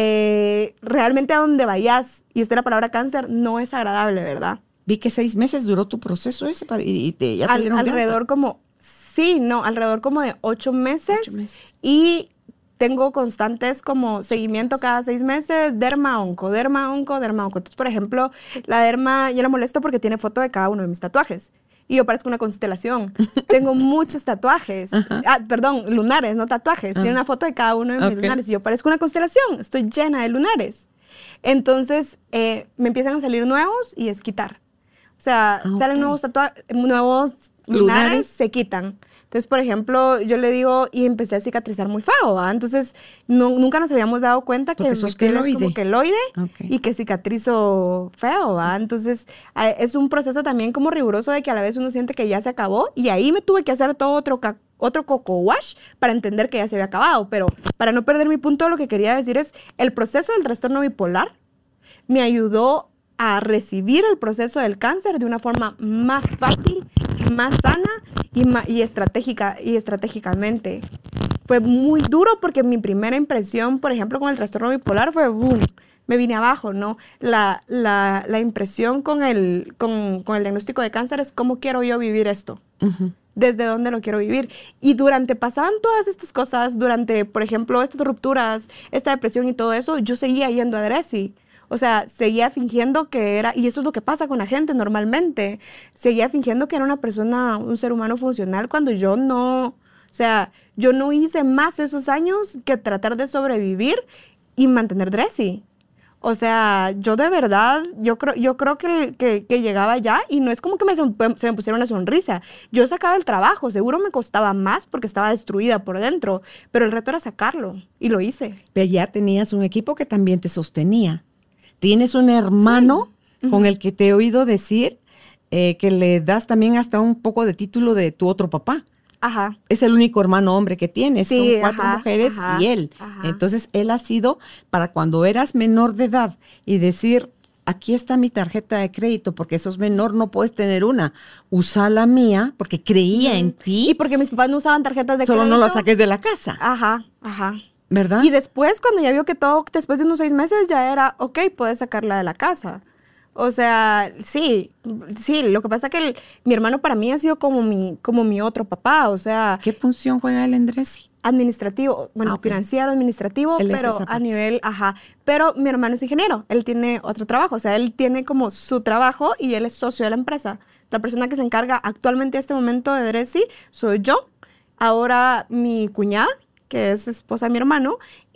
Eh, realmente a donde vayas y esté la palabra cáncer no es agradable, ¿verdad? Vi que seis meses duró tu proceso ese para, y te, ya te Al, dieron alrededor alta. como, sí, no, alrededor como de ocho meses. Ocho meses. Y tengo constantes como seguimiento cada seis meses, derma, onco, derma, onco, derma, onco. Entonces, por ejemplo, la derma, yo la molesto porque tiene foto de cada uno de mis tatuajes. Y yo parezco una constelación. Tengo muchos tatuajes. Uh-huh. Ah, perdón, lunares, no tatuajes. Uh-huh. Tiene una foto de cada uno de mis okay. lunares. Y yo parezco una constelación. Estoy llena de lunares. Entonces, eh, me empiezan a salir nuevos y es quitar. O sea, okay. salen nuevos tatuajes, nuevos lunares, lunares, se quitan. Entonces, por ejemplo, yo le digo, y empecé a cicatrizar muy feo, ¿va? Entonces, no, nunca nos habíamos dado cuenta que mi piel es como queloide okay. y que cicatrizo feo, ¿va? Entonces, es un proceso también como riguroso de que a la vez uno siente que ya se acabó y ahí me tuve que hacer todo otro, otro coco wash para entender que ya se había acabado. Pero para no perder mi punto, lo que quería decir es, el proceso del trastorno bipolar me ayudó a recibir el proceso del cáncer de una forma más fácil, más sana y, ma y, estratégica, y estratégicamente. Fue muy duro porque mi primera impresión, por ejemplo, con el trastorno bipolar fue boom, me vine abajo, ¿no? La, la, la impresión con el, con, con el diagnóstico de cáncer es cómo quiero yo vivir esto. Uh-huh. Desde dónde lo quiero vivir. Y durante, pasaban todas estas cosas, durante, por ejemplo, estas rupturas, esta depresión y todo eso, yo seguía yendo a Dressi. O sea, seguía fingiendo que era, y eso es lo que pasa con la gente normalmente, seguía fingiendo que era una persona, un ser humano funcional cuando yo no, o sea, yo no hice más esos años que tratar de sobrevivir y mantener Dressi. O sea, yo de verdad, yo creo, yo creo que, que, que llegaba ya y no es como que me, se me pusiera una sonrisa. Yo sacaba el trabajo, seguro me costaba más porque estaba destruida por dentro, pero el reto era sacarlo y lo hice. Pero ya tenías un equipo que también te sostenía. Tienes un hermano sí. uh-huh. con el que te he oído decir eh, que le das también hasta un poco de título de tu otro papá. Ajá. Es el único hermano hombre que tienes. Sí, son cuatro ajá, mujeres ajá, y él. Ajá. Entonces, él ha sido para cuando eras menor de edad y decir, aquí está mi tarjeta de crédito, porque sos menor, no puedes tener una. Usa la mía, porque creía mm. en ti. Y porque mis papás no usaban tarjetas de Solo crédito. Solo no la saques de la casa. Ajá, ajá. ¿Verdad? Y después, cuando ya vio que todo, después de unos seis meses, ya era, ok, puedes sacarla de la casa. O sea, sí, sí, lo que pasa es que el, mi hermano para mí ha sido como mi, como mi otro papá, o sea. ¿Qué función juega él en Dressi? Administrativo, bueno, ah, okay. financiero, administrativo, él pero a nivel, ajá. Pero mi hermano es ingeniero, él tiene otro trabajo, o sea, él tiene como su trabajo y él es socio de la empresa. La persona que se encarga actualmente en este momento de Dressi soy yo. Ahora mi cuñada, que es esposa de mi hermano,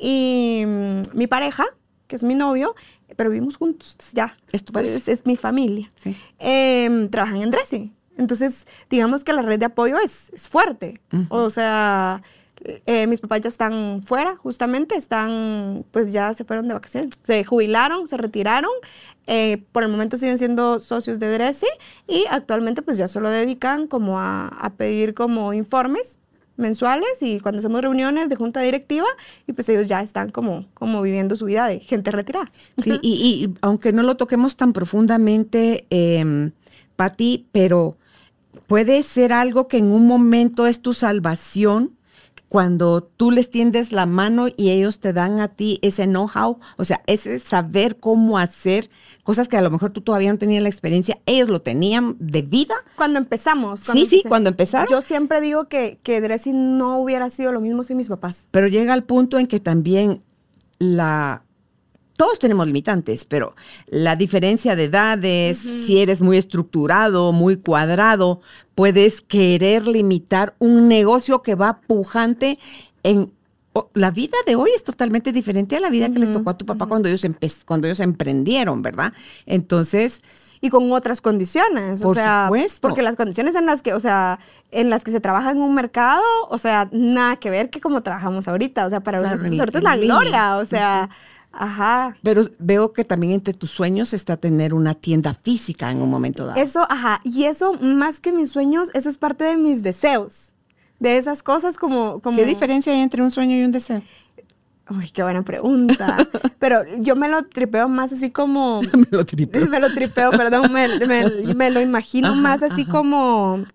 y mmm, mi pareja, que es mi novio, pero vivimos juntos, ya, es, es, es mi familia. Sí. Eh, trabajan en Dressi. Entonces, digamos que la red de apoyo es, es fuerte. Uh-huh. O sea, eh, mis papás ya están fuera, justamente, están, pues ya se fueron de vacaciones. Se jubilaron, se retiraron. Eh, por el momento siguen siendo socios de Dressi y actualmente pues ya solo dedican como a, a pedir como informes mensuales y cuando hacemos reuniones de junta directiva y pues ellos ya están como, como viviendo su vida de gente retirada. Sí, y, y aunque no lo toquemos tan profundamente, eh, Pati, pero puede ser algo que en un momento es tu salvación cuando tú les tiendes la mano y ellos te dan a ti ese know-how, o sea, ese saber cómo hacer cosas que a lo mejor tú todavía no tenías la experiencia, ellos lo tenían de vida. Cuando empezamos. Cuando sí, empecé, sí, cuando empezaron. Yo siempre digo que, que Dressi no hubiera sido lo mismo sin mis papás. Pero llega al punto en que también la... Todos tenemos limitantes, pero la diferencia de edades, uh-huh. si eres muy estructurado, muy cuadrado, puedes querer limitar un negocio que va pujante en... Oh, la vida de hoy es totalmente diferente a la vida uh-huh. que les tocó a tu papá uh-huh. cuando ellos empe- cuando ellos emprendieron, ¿verdad? Entonces... y con otras condiciones. Por o sea, supuesto. porque las condiciones en las que, o sea, en las que se trabaja en un mercado, o sea, nada que ver que como trabajamos ahorita. O sea, para Claro, nosotros en- ahorita es en la línea. gloria, o sea, ajá. Pero veo que también entre tus sueños está tener una tienda física en un momento dado. Eso, ajá, y eso más que mis sueños, eso es parte de mis deseos. De esas cosas como... como ¿Qué diferencia hay entre un sueño y un deseo? Uy, qué buena pregunta. Pero yo me lo tripeo más así como... Me lo tripeo. me lo tripeo, perdón, me, me- me lo imagino Ajá, más así ajá. como...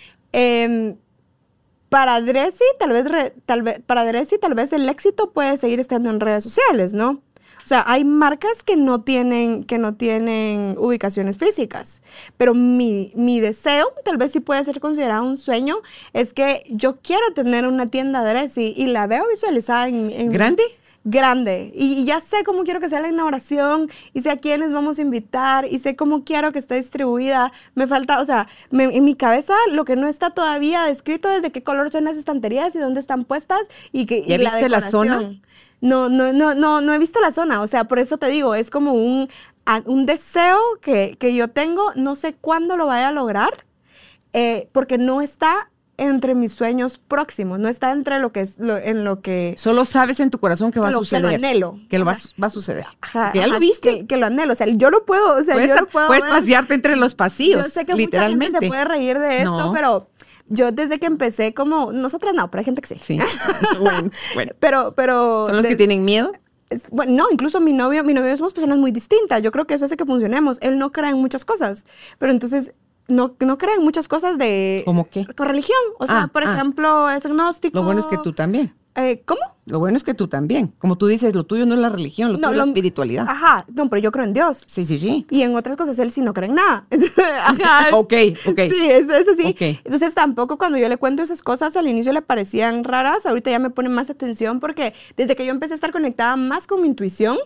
em, para Dressy, tal vez, re- tal vez, para Dressy, tal vez el éxito puede seguir estando en redes sociales, ¿no? O sea, hay marcas que no tienen, que no tienen ubicaciones físicas, pero mi, mi deseo, tal vez sí puede ser considerado un sueño, es que yo quiero tener una tienda Dressy y la veo visualizada en... en ¿Grande? Grande. Y, y ya sé cómo quiero que sea la inauguración, y sé a quiénes vamos a invitar, y sé cómo quiero que esté distribuida. Me falta, o sea, me- en mi cabeza lo que no está todavía descrito es de qué color son las estanterías y dónde están puestas y que y ¿Ya viste la decoración. zona? No, no, no, no, no he visto la zona. O sea, por eso te digo, es como un, a- un deseo que, que yo tengo. No sé cuándo lo vaya a lograr, eh, porque no está entre mis sueños próximos, no está entre lo que es lo, en lo que Solo sabes en tu corazón que va a Lo- que lo suceder. anhelo. Que lo va, a Ajá. su- va a suceder. Ajá, Que ya ajá, lo viste. Que, que lo anhelo. O sea, yo lo puedo, o sea, puedes yo lo puedo puedes ver. pasearte entre los pasillos, Yo sé que literalmente. mucha gente se puede reír de esto, No. pero yo desde que empecé como, nosotras no, pero hay gente que sí. Sí. bueno, bueno. Pero, pero. ¿Son los de- que tienen miedo? es- Bueno, no, incluso mi novio, mi novio somos personas muy distintas. Yo creo que eso hace que funcionemos. Él no cree en muchas cosas, pero entonces no, no cree en muchas cosas de... ¿Cómo qué? Con religión. O sea, Ah, por ah. ejemplo, es agnóstico. Lo bueno es que tú también. Eh, ¿Cómo? Lo bueno es que tú también. Como tú dices, lo tuyo no es la religión, lo tuyo es la lo- espiritualidad. Ajá, no, pero yo creo en Dios. Sí, sí, sí. Y en otras cosas él sí no cree en nada. Ajá. Ok, ok. Sí, eso es así. Ok. Entonces tampoco cuando yo le cuento esas cosas al inicio le parecían raras, ahorita ya me pone más atención porque desde que yo empecé a estar conectada más con mi intuición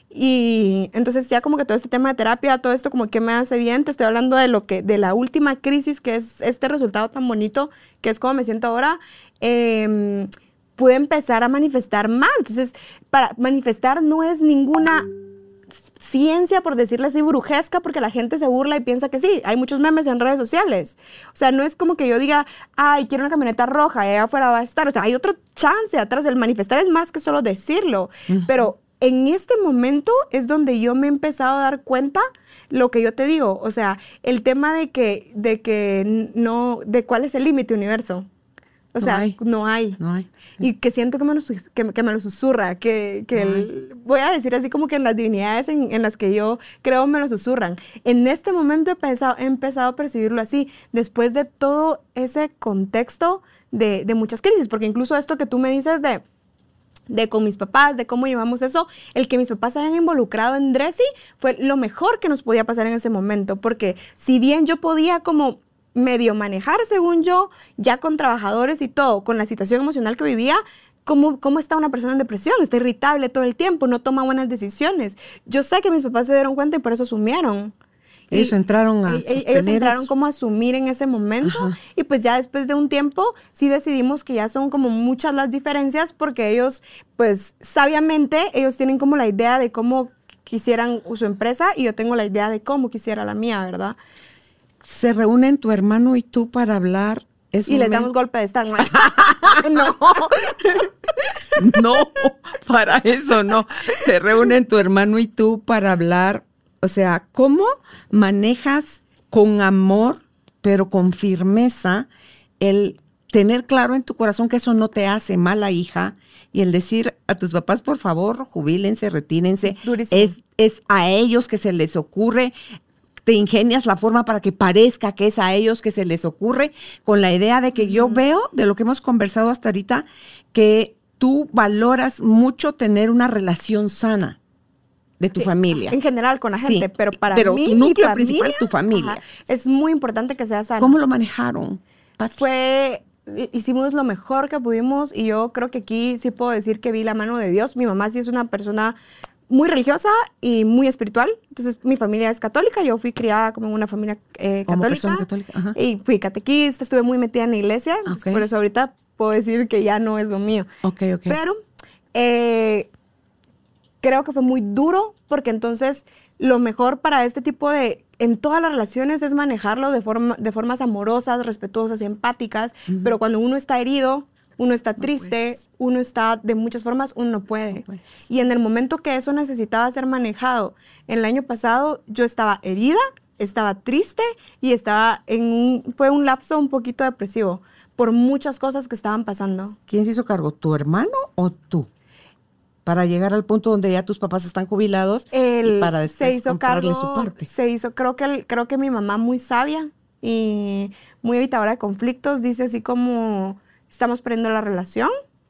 y entonces ya como que todo este tema de terapia, todo esto como que me hace bien, te estoy hablando de lo que, de la última crisis que es este resultado tan bonito que es como me siento ahora, eh, pude empezar a manifestar más. Entonces, para manifestar no es ninguna ciencia, por decirle así, brujesca, porque la gente se burla y piensa que sí. Hay muchos memes en redes sociales. O sea, no es como que yo diga, ay, quiero una camioneta roja, y allá afuera va a estar. O sea, hay otro chance atrás. El manifestar es más que solo decirlo. Uh-huh. Pero en este momento es donde yo me he empezado a dar cuenta lo que yo te digo. O sea, el tema de que, de que no, de cuál es el límite, universo. O sea, no hay. No hay. No hay. Y que siento que me lo, que, que me lo susurra, que, que el, voy a decir así como que en las divinidades en, en las que yo creo me lo susurran. En este momento he, pensado, he empezado a percibirlo así, después de todo ese contexto de, de muchas crisis, porque incluso esto que tú me dices de, de con mis papás, de cómo llevamos eso, el que mis papás se hayan involucrado en Dressy fue lo mejor que nos podía pasar en ese momento, porque si bien yo podía como medio manejar, según yo, ya con trabajadores y todo, con la situación emocional que vivía, ¿cómo, cómo está una persona en depresión? Está irritable todo el tiempo, no toma buenas decisiones. Yo sé que mis papás se dieron cuenta y por eso asumieron. Ellos y, entraron a y, Ellos entraron eso. como a asumir en ese momento. Ajá. Y pues ya después de un tiempo sí decidimos que ya son como muchas las diferencias porque ellos, pues sabiamente, ellos tienen como la idea de cómo quisieran su empresa y yo tengo la idea de cómo quisiera la mía, ¿verdad? Se reúnen tu hermano y tú para hablar. Es y momento... les damos golpe de estado. No. No, para eso no. Se reúnen tu hermano y tú para hablar. O sea, ¿cómo manejas con amor, pero con firmeza, el tener claro en tu corazón que eso no te hace mala hija y el decir a tus papás, por favor, jubílense, retírense? Durísimo. Es, es a ellos que se les ocurre. Te ingenias la forma para que parezca que es a ellos que se les ocurre, con la idea de que yo veo, de lo que hemos conversado hasta ahorita, que tú valoras mucho tener una relación sana de tu sí, familia. En general con la gente, Sí, pero para pero mí, tu núcleo mi principal, familia, tu familia. ajá, es muy importante que sea sana. ¿Cómo lo manejaron, Pati? Fue, hicimos lo mejor que pudimos y yo creo que aquí sí puedo decir que vi la mano de Dios. Mi mamá sí es una persona muy religiosa y muy espiritual. Entonces, mi familia es católica. Yo fui criada como en una familia eh, Como católica. persona católica, ajá. Y fui catequista, estuve muy metida en la iglesia. Entonces, Okay. por eso ahorita puedo decir que ya no es lo mío. Ok, ok. Pero, eh, creo que fue muy duro porque entonces lo mejor para este tipo de, en todas las relaciones es manejarlo de, forma, de formas amorosas, respetuosas y empáticas, uh-huh. pero cuando uno está herido, uno está triste, no uno está de muchas formas, uno no puede. No puedes. Y en el momento que eso necesitaba ser manejado, el año pasado yo estaba herida, estaba triste y estaba en un, fue un lapso un poquito depresivo por muchas cosas que estaban pasando. ¿Quién se hizo cargo, tu hermano o tú? Para llegar al punto donde ya tus papás están jubilados el, y para después se hizo comprarle cargo, su parte. Se hizo, creo que, el, creo que mi mamá muy sabia y muy evitadora de conflictos, dice así como, estamos perdiendo la relación.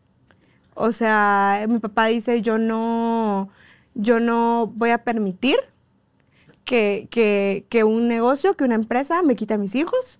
O sea, mi papá dice, yo no, yo no voy a permitir que, que, que un negocio, que una empresa me quite a mis hijos.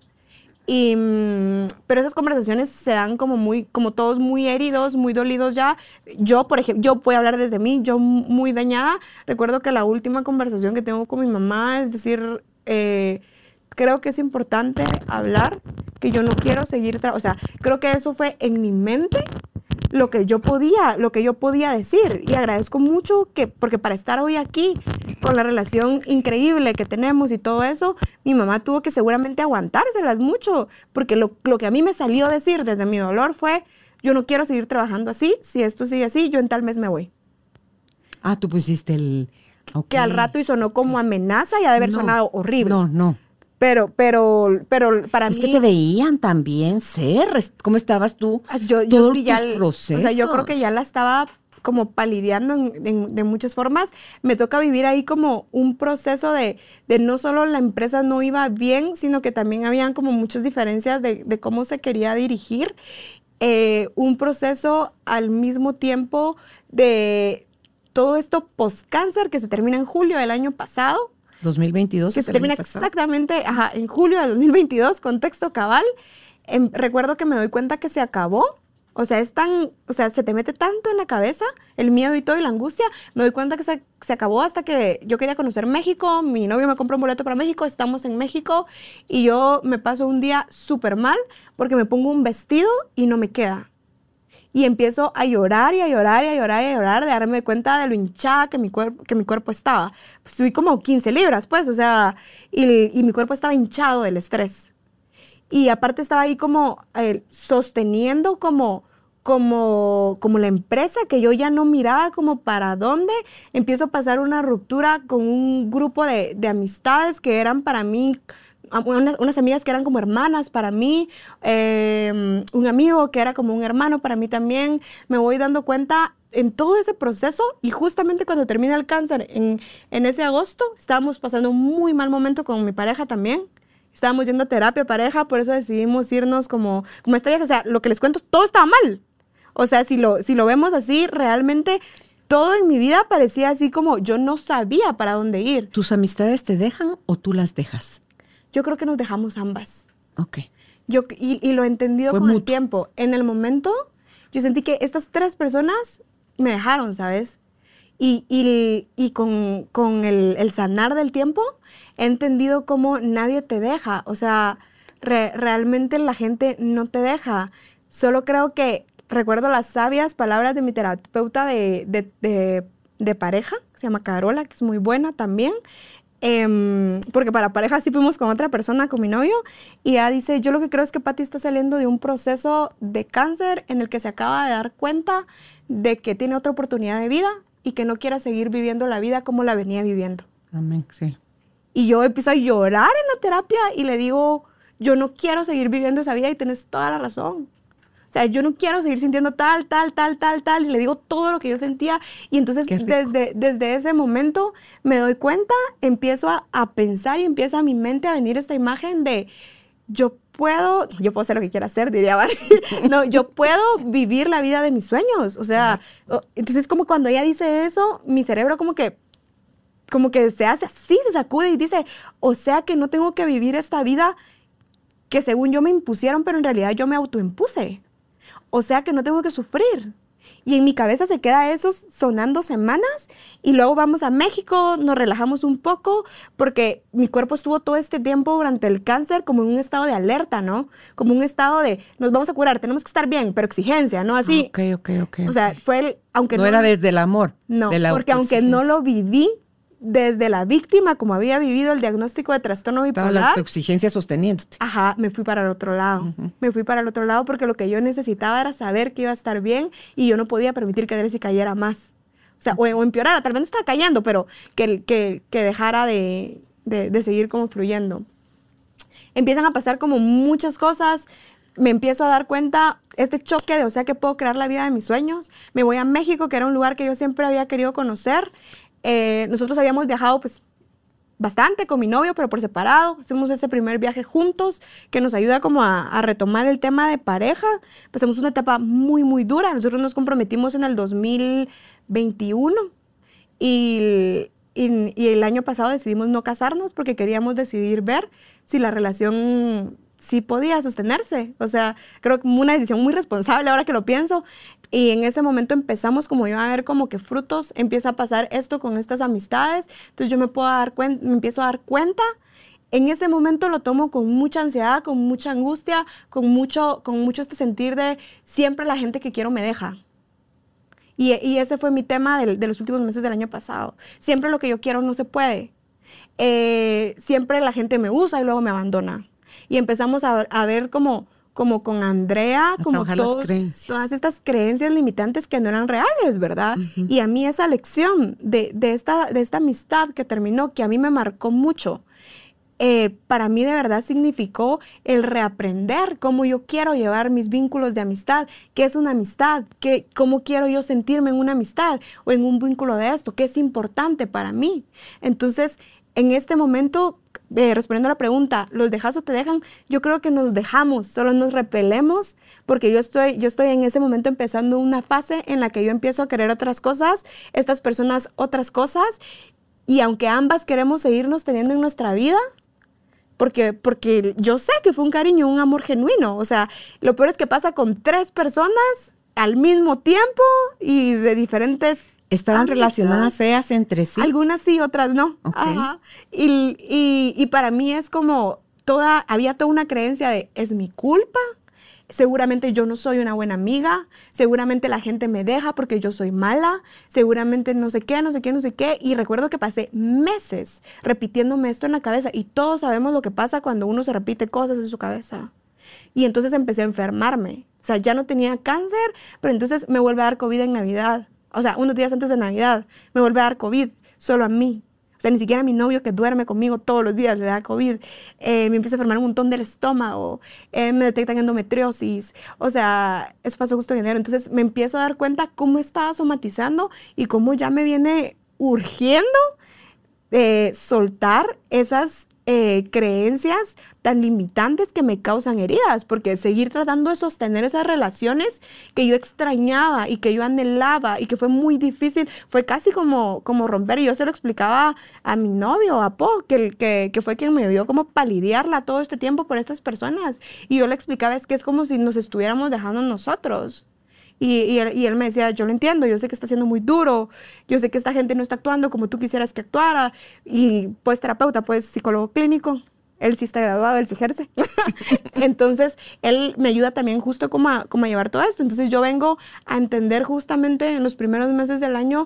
Y, pero esas conversaciones se dan como muy, como todos muy heridos, muy dolidos ya. Yo, por ejemplo, yo voy a hablar desde mí, yo muy dañada. Recuerdo que la última conversación que tengo con mi mamá es decir, eh, creo que es importante hablar, que yo no quiero seguir, o sea, creo que eso fue en mi mente lo que yo podía, lo que yo podía decir. Y agradezco mucho que, porque para estar hoy aquí, con la relación increíble que tenemos y todo eso, mi mamá tuvo que seguramente aguantárselas mucho, porque lo, lo que a mí me salió a decir desde mi dolor fue, yo no quiero seguir trabajando así, si esto sigue así, yo en tal mes me voy. Ah, tú pusiste el... Okay. Que al rato y sonó como amenaza y ha de haber no, sonado horrible. No, no. Pero, pero, pero para es mí... Es que te veían también ser, ¿cómo estabas tú? Yo, yo Todos sí ya... tus procesos. O sea, yo creo que ya la estaba como palideando en, en, de muchas formas. Me toca vivir ahí como un proceso de, de no solo la empresa no iba bien, sino que también habían como muchas diferencias de, de cómo se quería dirigir. Eh, un proceso al mismo tiempo de todo esto post-cáncer que se termina en julio del año pasado. dos mil veintidós. Que se termina exactamente ajá, en julio de dos mil veintidós, contexto cabal. Eh, recuerdo que me doy cuenta que se acabó. O sea, es tan, o sea, se te mete tanto en la cabeza el miedo y todo y la angustia. Me doy cuenta que se, se acabó hasta que yo quería conocer México. Mi novio me compró un boleto para México. Estamos en México y yo me paso un día súper mal porque me pongo un vestido y no me queda. Y empiezo a llorar y a llorar y a llorar y a llorar de darme cuenta de lo hinchada que mi, cuerpo, que mi cuerpo estaba. Pues subí como quince libras, pues, o sea, y, y mi cuerpo estaba hinchado del estrés. Y aparte estaba ahí como eh, sosteniendo como, como, como la empresa que yo ya no miraba como para dónde. Empiezo a pasar una ruptura con un grupo de, de amistades que eran para mí, Unas, unas amigas que eran como hermanas para mí, eh, un amigo que era como un hermano para mí también. Me voy dando cuenta en todo ese proceso y justamente cuando termina el cáncer, en, en ese agosto, estábamos pasando un muy mal momento con mi pareja también. Estábamos yendo a terapia pareja, por eso decidimos irnos como, como esta vieja. O sea, lo que les cuento, todo estaba mal. O sea, si lo, si lo vemos así, realmente todo en mi vida parecía así como yo no sabía para dónde ir. ¿Tus amistades te dejan o tú las dejas? Yo creo que nos dejamos ambas. Ok. Yo, y, y lo he entendido Fue con mutuo. el tiempo. En el momento, yo sentí que estas tres personas me dejaron, ¿sabes? Y, y, y con, con el, el sanar del tiempo, he entendido cómo nadie te deja. O sea, re, realmente la gente no te deja. Solo creo que recuerdo las sabias palabras de mi terapeuta de, de, de, de pareja, que se llama Carola, que es muy buena también. Eh, porque para pareja sí fuimos con otra persona, con mi novio, y ella dice, yo lo que creo es que Pati está saliendo de un proceso de cáncer en el que se acaba de dar cuenta de que tiene otra oportunidad de vida y que no quiere seguir viviendo la vida como la venía viviendo. Amén, sí. Y yo empiezo a llorar en la terapia y le digo, yo no quiero seguir viviendo esa vida y tienes toda la razón. O sea, yo no quiero seguir sintiendo tal, tal, tal, tal, tal. Y le digo todo lo que yo sentía. Y entonces desde, desde ese momento me doy cuenta, empiezo a, a pensar y empieza a mi mente a venir esta imagen de yo puedo, yo puedo hacer lo que quiera hacer, diría Barbie. No, yo puedo vivir la vida de mis sueños. O sea, entonces como cuando ella dice eso, mi cerebro como que como que se hace así, se sacude y dice, o sea que no tengo que vivir esta vida que según yo me impusieron, pero en realidad yo me autoimpuse. O sea que no tengo que sufrir. Y en mi cabeza se queda eso sonando semanas y luego vamos a México, nos relajamos un poco porque mi cuerpo estuvo todo este tiempo durante el cáncer como en un estado de alerta, ¿no? Como un estado de, nos vamos a curar, tenemos que estar bien, pero exigencia, ¿no? Así. Ok, ok, ok. O sea, fue el, aunque no, no... era desde el amor. No, de la porque aunque no lo viví desde la víctima, como había vivido el diagnóstico de trastorno bipolar. Estaba la autoexigencia sosteniéndote. Ajá, me fui para el otro lado. Uh-huh. Me fui para el otro lado porque lo que yo necesitaba era saber que iba a estar bien y yo no podía permitir que Dressy cayera más. O sea, o, o empeorara, tal vez no estaba cayendo, pero que, que, que dejara de, de, de seguir como fluyendo. Empiezan a pasar como muchas cosas. Me empiezo a dar cuenta, este choque de, o sea, que puedo crear la vida de mis sueños. Me voy a México, que era un lugar que yo siempre había querido conocer. Eh, nosotros habíamos viajado pues bastante con mi novio, pero por separado. Hacemos ese primer viaje juntos que nos ayuda como a, a retomar el tema de pareja. Pasamos una etapa muy, muy dura. Nosotros nos comprometimos en el dos mil veintiuno y, y, y el año pasado decidimos no casarnos porque queríamos decidir ver si la relación sí podía sostenerse. O sea, creo que una decisión muy responsable ahora que lo pienso. Y en ese momento empezamos como yo a ver como que frutos, empieza a pasar esto con estas amistades. Entonces yo me puedo dar cuenta, me empiezo a dar cuenta. En ese momento lo tomo con mucha ansiedad, con mucha angustia, con mucho, con mucho este sentir de siempre la gente que quiero me deja. Y, y ese fue mi tema de, de los últimos meses del año pasado. Siempre lo que yo quiero no se puede. Eh, siempre la gente me usa y luego me abandona. Y empezamos a, a ver como, como con Andrea, a como todos, todas estas creencias limitantes que no eran reales, ¿verdad? Uh-huh. Y a mí esa lección de, de, esta, de esta amistad que terminó, que a mí me marcó mucho, eh, para mí de verdad significó el reaprender cómo yo quiero llevar mis vínculos de amistad, qué es una amistad, qué, cómo quiero yo sentirme en una amistad o en un vínculo de esto, qué es importante para mí. Entonces, en este momento, eh, respondiendo a la pregunta, ¿los dejas o te dejan? Yo creo que nos dejamos, solo nos repelemos, porque yo estoy, yo estoy en ese momento empezando una fase en la que yo empiezo a querer otras cosas, estas personas otras cosas, y aunque ambas queremos seguirnos teniendo en nuestra vida, porque, porque yo sé que fue un cariño, un amor genuino, o sea, lo peor es que pasa con tres personas al mismo tiempo y de diferentes... ¿Estaban relacionadas ellas entre sí? Algunas sí, otras no. Okay. Ajá. Y, y, y para mí es como, toda, había toda una creencia de, ¿es mi culpa? Seguramente yo no soy una buena amiga, seguramente la gente me deja porque yo soy mala, seguramente no sé qué, no sé qué, no sé qué. Y recuerdo que pasé meses repitiéndome esto en la cabeza y todos sabemos lo que pasa cuando uno se repite cosas en su cabeza. Y entonces empecé a enfermarme. O sea, ya no tenía cáncer, pero entonces me vuelve a dar COVID en Navidad. O sea, unos días antes de Navidad, me vuelve a dar COVID, solo a mí. O sea, ni siquiera a mi novio que duerme conmigo todos los días le da COVID. Eh, me empieza a enfermar un montón del estómago. Eh, me detectan endometriosis. O sea, eso pasó justo en enero. Entonces me empiezo a dar cuenta cómo estaba somatizando y cómo ya me viene urgiendo eh, soltar esas eh, creencias tan limitantes que me causan heridas, porque seguir tratando de sostener esas relaciones que yo extrañaba y que yo anhelaba y que fue muy difícil, fue casi como, como romper. Y yo se lo explicaba a mi novio, a Po, que, que, que fue quien me vio como palidearla todo este tiempo por estas personas. Y yo le explicaba, es que es como si nos estuviéramos dejando nosotros. Y, y, él, y él me decía, yo lo entiendo, yo sé que está siendo muy duro, yo sé que esta gente no está actuando como tú quisieras que actuara. Y pues terapeuta, pues psicólogo clínico. Él sí está graduado, él sí ejerce. Entonces, él me ayuda también justo como a, como a llevar todo esto. Entonces, yo vengo a entender justamente en los primeros meses del año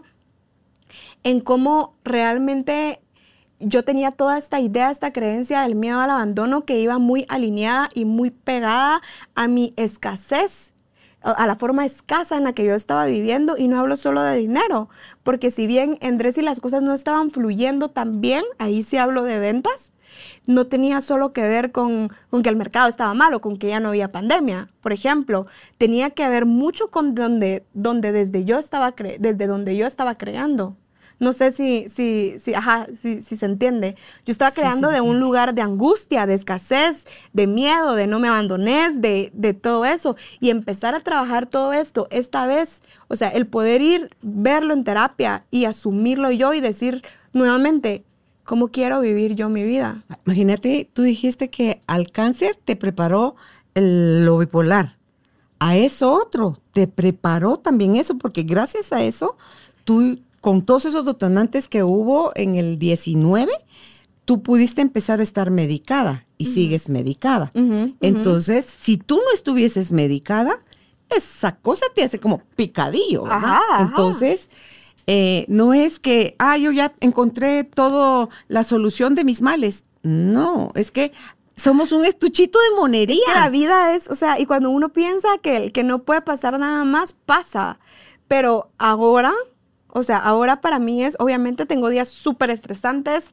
en cómo realmente yo tenía toda esta idea, esta creencia del miedo al abandono que iba muy alineada y muy pegada a mi escasez, a la forma escasa en la que yo estaba viviendo. Y no hablo solo de dinero, porque si bien en Dressy las cosas no estaban fluyendo tan bien, ahí sí hablo de ventas. No tenía solo que ver con, con que el mercado estaba malo, con que ya no había pandemia, por ejemplo. Tenía que ver mucho con donde, donde desde, yo estaba cre- desde donde yo estaba creando. No sé si, si, si, ajá, si, si se entiende. Yo estaba Sí, creando sí, de sí. un lugar de angustia, de escasez, de miedo, de no me abandones, de, de todo eso. Y empezar a trabajar todo esto, esta vez, o sea, el poder ir, verlo en terapia y asumirlo yo y decir nuevamente, ¿cómo quiero vivir yo mi vida? Imagínate, tú dijiste que al cáncer te preparó el, lo bipolar. a eso otro, te preparó también eso, porque gracias a eso, tú, con todos esos detonantes que hubo en el diecinueve, tú pudiste empezar a estar medicada y uh-huh. sigues medicada. Uh-huh, uh-huh. Entonces, si tú no estuvieses medicada, esa cosa te hace como picadillo, ¿verdad? Ajá, ajá. Entonces, eh, no es que, ah, yo ya encontré toda la solución de mis males. No, es que somos un estuchito de monerías. Es que la vida es, o sea, y cuando uno piensa que, que no puede pasar nada más, pasa. Pero ahora, o sea, ahora para mí es, obviamente tengo días súper estresantes,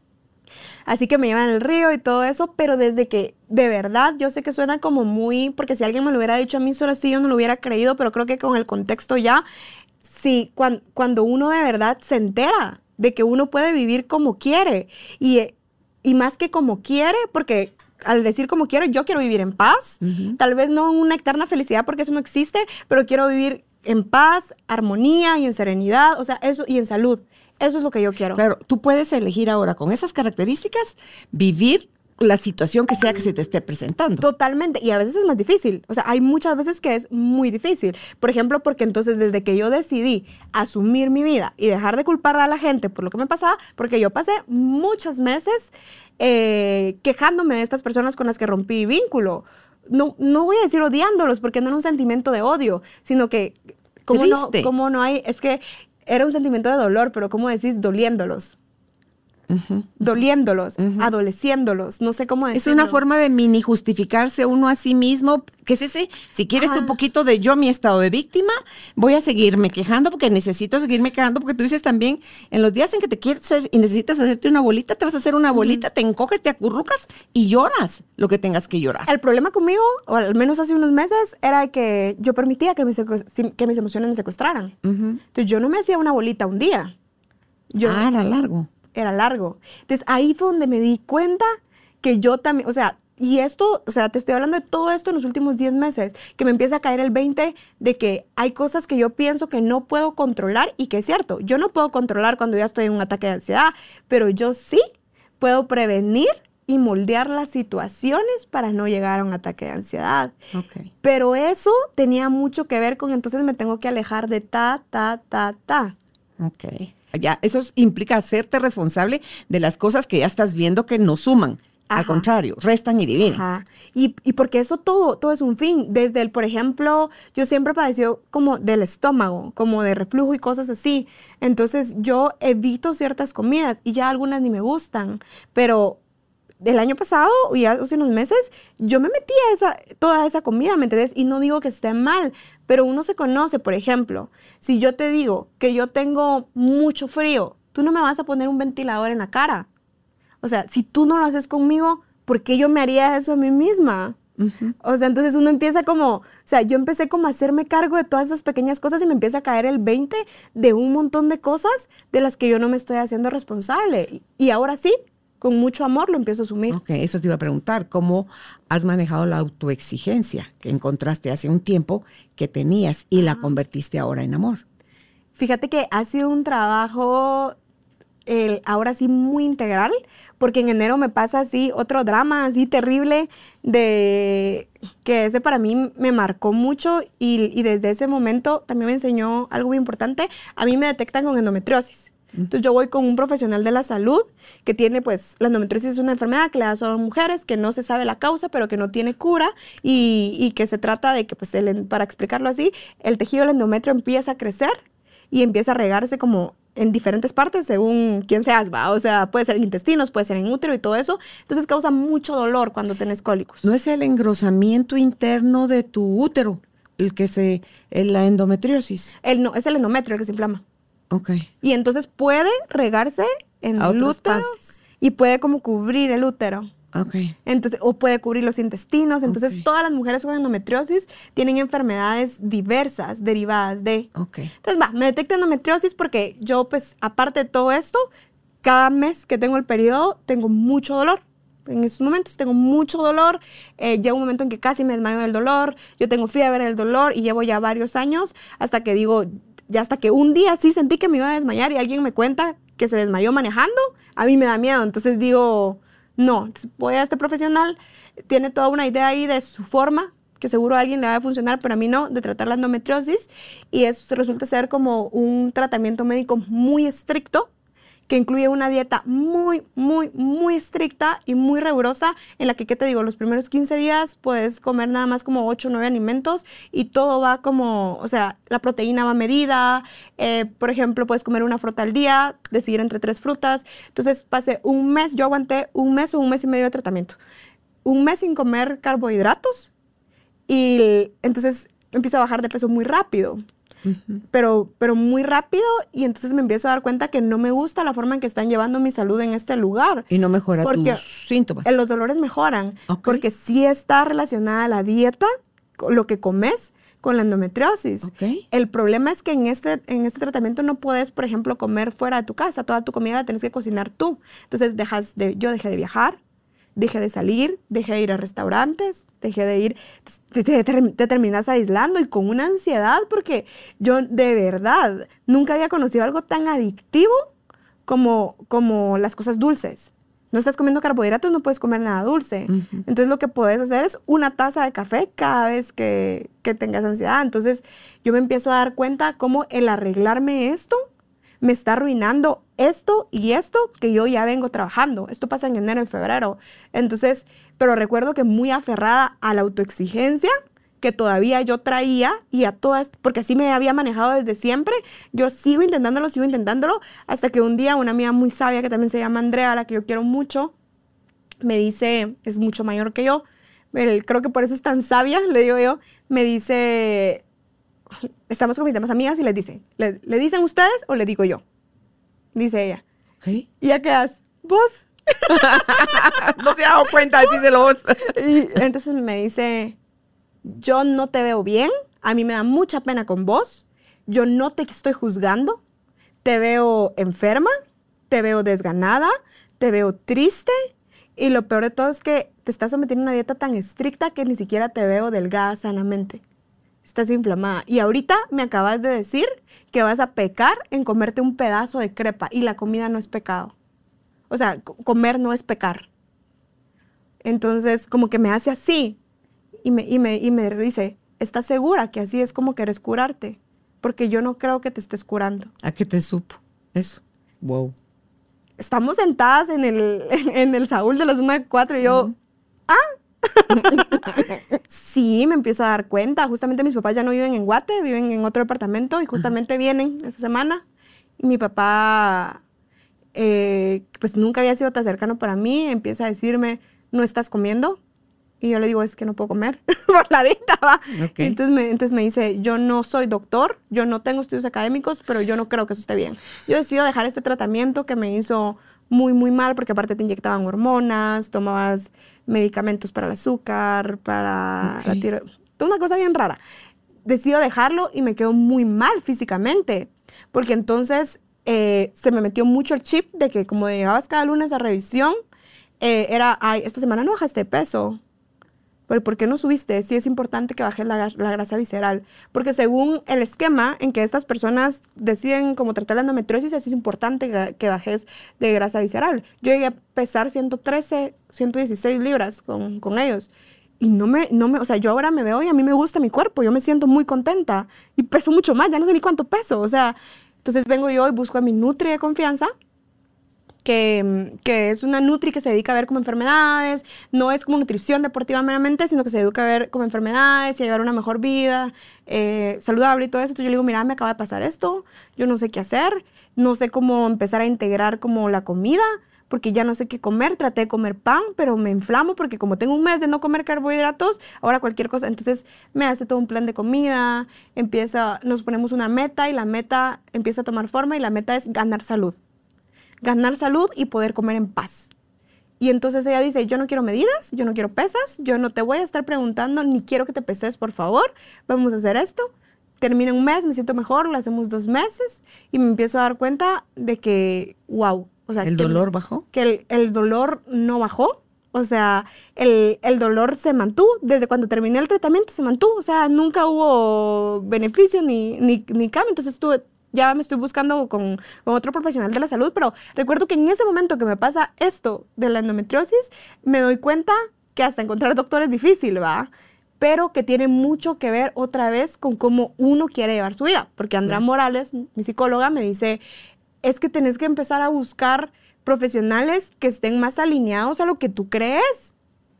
así que me llevan al río y todo eso, pero desde que, de verdad, yo sé que suena como muy, porque si alguien me lo hubiera dicho a mí solo así, yo no lo hubiera creído, pero creo que con el contexto ya, sí, cuando, cuando uno de verdad se entera de que uno puede vivir como quiere, y... Y más que como quiere, porque al decir como quiero, yo quiero vivir en paz. Uh-huh. Tal vez no en una eterna felicidad, porque eso no existe, pero quiero vivir en paz, armonía y en serenidad, o sea, eso, y en salud. Eso es lo que yo quiero. Claro, tú puedes elegir ahora con esas características vivir la situación que sea que se te esté presentando. Totalmente, y a veces es más difícil. O sea, hay muchas veces que es muy difícil. Por ejemplo, porque entonces desde que yo decidí asumir mi vida y dejar de culpar a la gente por lo que me pasaba, porque yo pasé muchos meses eh, quejándome de estas personas con las que rompí vínculo. No, no voy a decir odiándolos, porque no era un sentimiento de odio, sino que como no, como no hay, es que era un sentimiento de dolor, pero ¿cómo decís? Doliéndolos. Uh-huh. Doliéndolos, uh-huh. adoleciéndolos, no sé cómo decirlo. Es una forma de mini justificarse uno a sí mismo, que es ese, si quieres ah. un poquito de yo, mi estado de víctima, voy a seguirme quejando porque necesito seguirme quejando, porque tú dices también, en los días en que te quieres y necesitas hacerte una bolita, te vas a hacer una bolita, uh-huh. te encoges, te acurrucas y lloras lo que tengas que llorar. El problema conmigo, o al menos hace unos meses, era que yo permitía que mis, que mis emociones me secuestraran. Uh-huh. Entonces yo no me hacía una bolita un día. Yo, ah, era largo. Era largo. Entonces, ahí fue donde me di cuenta que yo también, o sea, y esto, o sea, te estoy hablando de todo esto en los últimos diez meses, que me empieza a caer el veinte de que hay cosas que yo pienso que no puedo controlar y que es cierto, yo no puedo controlar cuando ya estoy en un ataque de ansiedad, pero yo sí puedo prevenir y moldear las situaciones para no llegar a un ataque de ansiedad. Okay. Pero eso tenía mucho que ver con, entonces me tengo que alejar de ta, ta, ta, ta. Ok. Ya, eso implica hacerte responsable de las cosas que ya estás viendo que no suman. Ajá. Al contrario, restan y dividen. Ajá. Y, y porque eso todo, todo es un fin. Desde el, por ejemplo, yo siempre padeció como del estómago, como de reflujo y cosas así. Entonces yo evito ciertas comidas y ya algunas ni me gustan. Pero del año pasado, y hace unos meses, yo me metí a esa, toda esa comida, ¿me entendés? Y no digo que esté mal, pero uno se conoce. Por ejemplo, si yo te digo que yo tengo mucho frío, tú no me vas a poner un ventilador en la cara. O sea, si tú no lo haces conmigo, ¿por qué yo me haría eso a mí misma? Uh-huh. O sea, entonces uno empieza como, o sea, yo empecé como a hacerme cargo de todas esas pequeñas cosas y me empieza a caer el veinte de un montón de cosas de las que yo no me estoy haciendo responsable. Y, y ahora sí, con mucho amor lo empiezo a asumir. Ok, eso te iba a preguntar, ¿cómo has manejado la autoexigencia que encontraste hace un tiempo que tenías y la convertiste ahora en amor? Fíjate que ha sido un trabajo, el, ahora sí, muy integral, porque en enero me pasa así otro drama así terrible, de que ese para mí me marcó mucho y, y desde ese momento también me enseñó algo muy importante. A mí me detectan con endometriosis. Entonces yo voy con un profesional de la salud que tiene, pues, la endometriosis es una enfermedad que le da solo a mujeres, que no se sabe la causa, pero que no tiene cura y, y que se trata de que, pues, el, para explicarlo así, el tejido del endometrio empieza a crecer y empieza a regarse como en diferentes partes según quién seas, ¿va? O sea, puede ser en intestinos, puede ser en útero y todo eso. Entonces causa mucho dolor cuando tienes cólicos. ¿No es el engrosamiento interno de tu útero el que se, la endometriosis? El, no, es el endometrio el que se inflama. Okay. Y entonces puede regarse en el útero partes. Y puede como cubrir el útero. Okay. Entonces, o puede cubrir los intestinos. Entonces, okay. todas las mujeres con endometriosis tienen enfermedades diversas derivadas de. Okay. Entonces, va, me detecta endometriosis porque yo, pues, aparte de todo esto, cada mes que tengo el periodo, tengo mucho dolor. En esos momentos tengo mucho dolor. Eh, llega un momento en que casi me desmayo del dolor. Yo tengo fiebre del dolor y llevo ya varios años hasta que digo... Ya hasta que un día sí sentí que me iba a desmayar y alguien me cuenta que se desmayó manejando, a mí me da miedo. Entonces digo, no, entonces voy a este profesional, tiene toda una idea ahí de su forma, que seguro a alguien le va a funcionar, pero a mí no, de tratar la endometriosis. Y eso resulta ser como un tratamiento médico muy estricto, que incluye una dieta muy, muy, muy estricta y muy rigurosa, en la que, ¿qué te digo? Los primeros quince días puedes comer nada más como ocho o nueve alimentos y todo va como, o sea, la proteína va medida, eh, por ejemplo, puedes comer una fruta al día, decidir entre tres frutas. Entonces pasé un mes, yo aguanté un mes o un mes y medio de tratamiento. Un mes sin comer carbohidratos y entonces empiezo a bajar de peso muy rápido. Uh-huh. Pero, pero muy rápido, y entonces me empiezo a dar cuenta que no me gusta la forma en que están llevando mi salud en este lugar. Y no mejora porque tus síntomas. Los dolores mejoran, okay. Porque sí está relacionada la dieta, lo que comes, con la endometriosis. Okay. El problema es que en este, en este tratamiento no puedes, por ejemplo, comer fuera de tu casa. Toda tu comida la tienes que cocinar tú. Entonces dejas de, yo dejé de viajar, dejé de salir, dejé de ir a restaurantes, dejé de ir, te, te, te terminas aislando y con una ansiedad, porque yo de verdad nunca había conocido algo tan adictivo como, como las cosas dulces. No estás comiendo carbohidratos, no puedes comer nada dulce. Uh-huh. Entonces lo que puedes hacer es una taza de café cada vez que, que tengas ansiedad. Entonces yo me empiezo a dar cuenta cómo el arreglarme esto me está arruinando esto y esto que yo ya vengo trabajando. Esto pasa en enero, en febrero. Entonces, pero recuerdo que muy aferrada a la autoexigencia que todavía yo traía y a todas, porque así me había manejado desde siempre. Yo sigo intentándolo, sigo intentándolo, hasta que un día una amiga muy sabia que también se llama Andrea, a la que yo quiero mucho, me dice, es mucho mayor que yo, el, creo que por eso es tan sabia, le digo yo, me dice, estamos con mis demás amigas y les dice, ¿le, ¿le dicen ustedes o le digo yo? Dice ella. Okay. ¿Y ya quedas? ¿Vos? No se ha dado cuenta, díselo vos. Y entonces me dice, yo no te veo bien, a mí me da mucha pena con vos, yo no te estoy juzgando, te veo enferma, te veo desganada, te veo triste, y lo peor de todo es que te estás sometiendo a una dieta tan estricta que ni siquiera te veo delgada sanamente. Estás inflamada. Y ahorita me acabas de decir que vas a pecar en comerte un pedazo de crepa, y la comida no es pecado. O sea, comer no es pecar. Entonces, como que me hace así. Y me, y me, y me dice, ¿estás segura que así es como quieres curarte? Porque yo no creo que te estés curando. ¿A qué te supo eso? Wow. Estamos sentadas en el, en el Saúl de las una de cuatro y yo, uh-huh. ¿ah? Sí, me empiezo a dar cuenta. Justamente mis papás ya no viven en Guate, viven en otro departamento y justamente uh-huh. vienen esta semana. Y mi papá, eh, pues nunca había sido tan cercano para mí, empieza a decirme, ¿no estás comiendo? Y yo le digo, es que no puedo comer por la dieta, ¿va? Okay. Entonces, me, entonces me dice, yo no soy doctor, yo no tengo estudios académicos, pero yo no creo que eso esté bien. Yo decido dejar este tratamiento que me hizo muy, muy mal, porque aparte te inyectaban hormonas, tomabas medicamentos para el azúcar, para okay. la tiroides, una cosa bien rara. Decido dejarlo y me quedo muy mal físicamente, porque entonces eh, se me metió mucho el chip de que como llegabas cada lunes a revisión, eh, era, ay, esta semana no bajaste de peso. ¿Pero por qué no subiste? Sí es importante que bajes la, la grasa visceral. Porque según el esquema en que estas personas deciden cómo tratar la endometriosis, es importante que, que bajes de grasa visceral. Yo llegué a pesar ciento trece, ciento dieciséis libras con, con ellos. Y no me, no me, o sea, yo ahora me veo y a mí me gusta mi cuerpo. Yo me siento muy contenta. Y peso mucho más, ya no sé ni cuánto peso. O sea, entonces vengo yo y busco a mi nutri de confianza, Que, que es una nutri que se dedica a ver como enfermedades, no es como nutrición deportiva meramente, sino que se dedica a ver como enfermedades y a llevar una mejor vida eh, saludable y todo eso. Entonces yo le digo, mira, me acaba de pasar esto, yo no sé qué hacer, no sé cómo empezar a integrar como la comida, porque ya no sé qué comer. Traté de comer pan, pero me inflamo porque como tengo un mes de no comer carbohidratos, ahora cualquier cosa. Entonces me hace todo un plan de comida, empieza, nos ponemos una meta y la meta empieza a tomar forma y la meta es ganar salud. Ganar salud y poder comer en paz. Y entonces ella dice, yo no quiero medidas, yo no quiero pesas, yo no te voy a estar preguntando, ni quiero que te peses, por favor, vamos a hacer esto. Termina un mes, me siento mejor, lo hacemos dos meses y me empiezo a dar cuenta de que, wow. O sea, ¿El que, dolor bajó? Que el, el dolor no bajó. O sea, el, el dolor se mantuvo. Desde cuando terminé el tratamiento se mantuvo. O sea, nunca hubo beneficio ni, ni, ni cambio. Entonces estuve... Ya me estoy buscando con, con otro profesional de la salud, pero recuerdo que en ese momento que me pasa esto de la endometriosis, me doy cuenta que hasta encontrar doctor es difícil, ¿va? pero que tiene mucho que ver otra vez con cómo uno quiere llevar su vida. Porque Andrea sí. Morales, mi psicóloga, me dice, es que tenés que empezar a buscar profesionales que estén más alineados a lo que tú crees.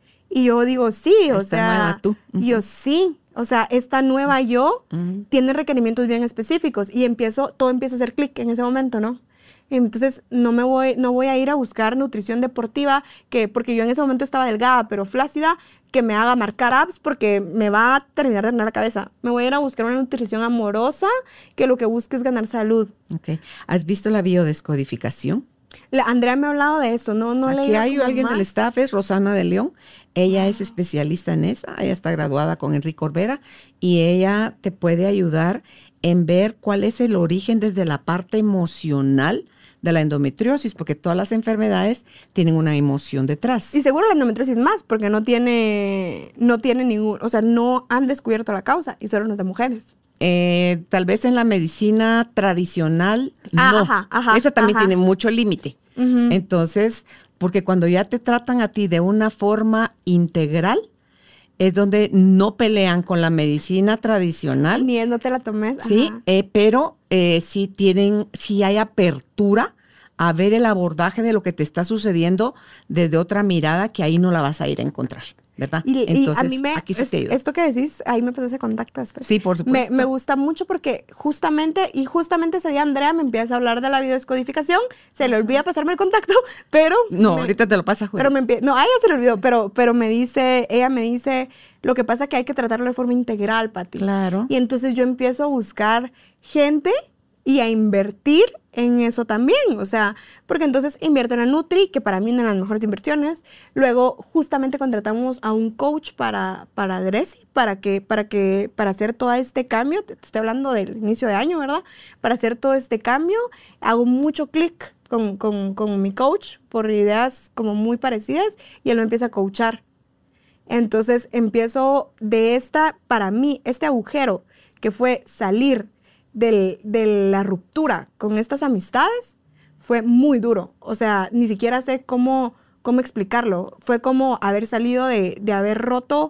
Y yo digo, sí, o esta sea, nueva tú. Uh-huh. yo sí. O sea, esta nueva yo uh-huh. tiene requerimientos bien específicos y empiezo, todo empieza a hacer clic en ese momento, ¿no? Entonces no me voy, no voy a ir a buscar nutrición deportiva, que, porque yo en ese momento estaba delgada, pero flácida, que me haga marcar abs porque me va a terminar de ganar la cabeza. Me voy a ir a buscar una nutrición amorosa que lo que busque es ganar salud. Okay. ¿Has visto la biodescodificación? La Andrea me ha hablado de eso, no, no Aquí le hay alguien más. del staff, es Rosana de León. Ella ah. es especialista en esa, ella está graduada con Enrique Orbera y ella te puede ayudar en ver cuál es el origen desde la parte emocional de la endometriosis, porque todas las enfermedades tienen una emoción detrás. Y seguro la endometriosis más, porque no tiene, no tiene ningún, o sea, no han descubierto la causa y solo no es de mujeres. Eh, tal vez en la medicina tradicional, ah, no. Ajá, ajá, Esa también ajá. tiene mucho límite. Uh-huh. Entonces, porque cuando ya te tratan a ti de una forma integral, es donde no pelean con la medicina tradicional. Ni es, no te la tomes. Sí, eh, pero eh, sí tienen, sí hay apertura a ver el abordaje de lo que te está sucediendo desde otra mirada que ahí no la vas a ir a encontrar, ¿verdad? Y, Entonces, y a mí me, aquí sí es, te ayuda. Esto que decís, ahí me pasó ese contacto después. Sí, por supuesto. Me, me gusta mucho porque justamente, y justamente ese día Andrea me empieza a hablar de la biodescodificación, se le olvida pasarme el contacto, pero... No, me, ahorita te lo pasa, Julia. Pero me empie- No, a ella se le olvidó, pero, pero me dice, ella me dice, lo que pasa es que hay que tratarlo de forma integral, Pati. Claro. Y entonces yo empiezo a buscar gente y a invertir en eso también, o sea, porque entonces invierto en la Nutri, que para mí es una de las mejores inversiones. Luego justamente contratamos a un coach para, para Dressy, para que, para que, para hacer todo este cambio, te estoy hablando del inicio de año, ¿verdad? Para hacer todo este cambio, hago mucho clic con, con, con mi coach por ideas como muy parecidas y él me empieza a coachar. Entonces empiezo de esta, para mí, este agujero que fue salir Del, de la ruptura con estas amistades fue muy duro. O sea, ni siquiera sé cómo, cómo explicarlo. Fue como haber salido de, de haber roto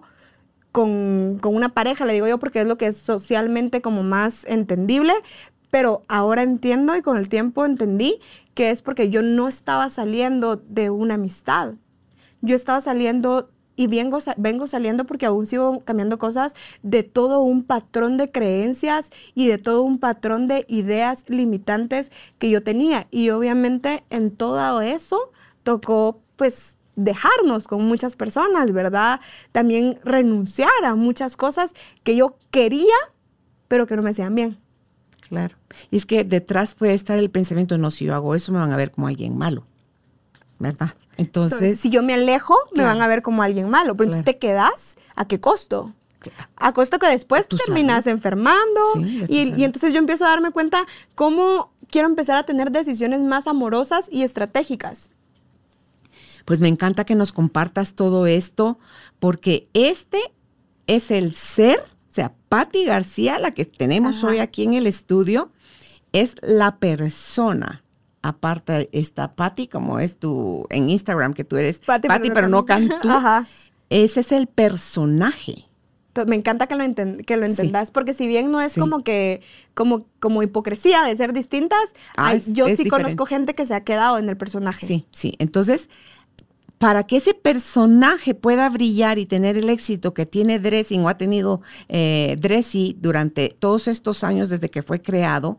con, con una pareja, le digo yo, porque es lo que es socialmente como más entendible. Pero ahora entiendo y con el tiempo entendí que es porque yo no estaba saliendo de una amistad. Yo estaba saliendo y vengo, vengo saliendo porque aún sigo cambiando cosas de todo un patrón de creencias y de todo un patrón de ideas limitantes que yo tenía. Y obviamente en todo eso tocó pues dejarnos con muchas personas, ¿verdad? También renunciar a muchas cosas que yo quería, pero que no me hacían bien. Claro. Y es que detrás puede estar el pensamiento, no, si yo hago eso me van a ver como alguien malo, ¿verdad? Entonces, entonces, si yo me alejo, claro, me van a ver como alguien malo. Pero claro, entonces te quedas, ¿a qué costo? Claro. A costo que después te terminas salud. enfermando. Sí, y, y entonces yo empiezo a darme cuenta cómo quiero empezar a tener decisiones más amorosas y estratégicas. Pues me encanta que nos compartas todo esto, porque este es el ser, o sea, Pati García, la que tenemos Ajá. hoy aquí en el estudio, es la persona. Aparte está Pati, como es tu en Instagram, que tú eres Pati, Pati pero, pero no Cantú. Ajá. Ese es el personaje. Me encanta que lo, enten, que lo entendas, sí. porque si bien no es sí. como que como, como hipocresía de ser distintas, ah, hay, es, yo es sí diferente. Conozco gente que se ha quedado en el personaje. Sí, sí. Entonces, para que ese personaje pueda brillar y tener el éxito que tiene Dressy o ha tenido eh, Dressy durante todos estos años desde que fue creado,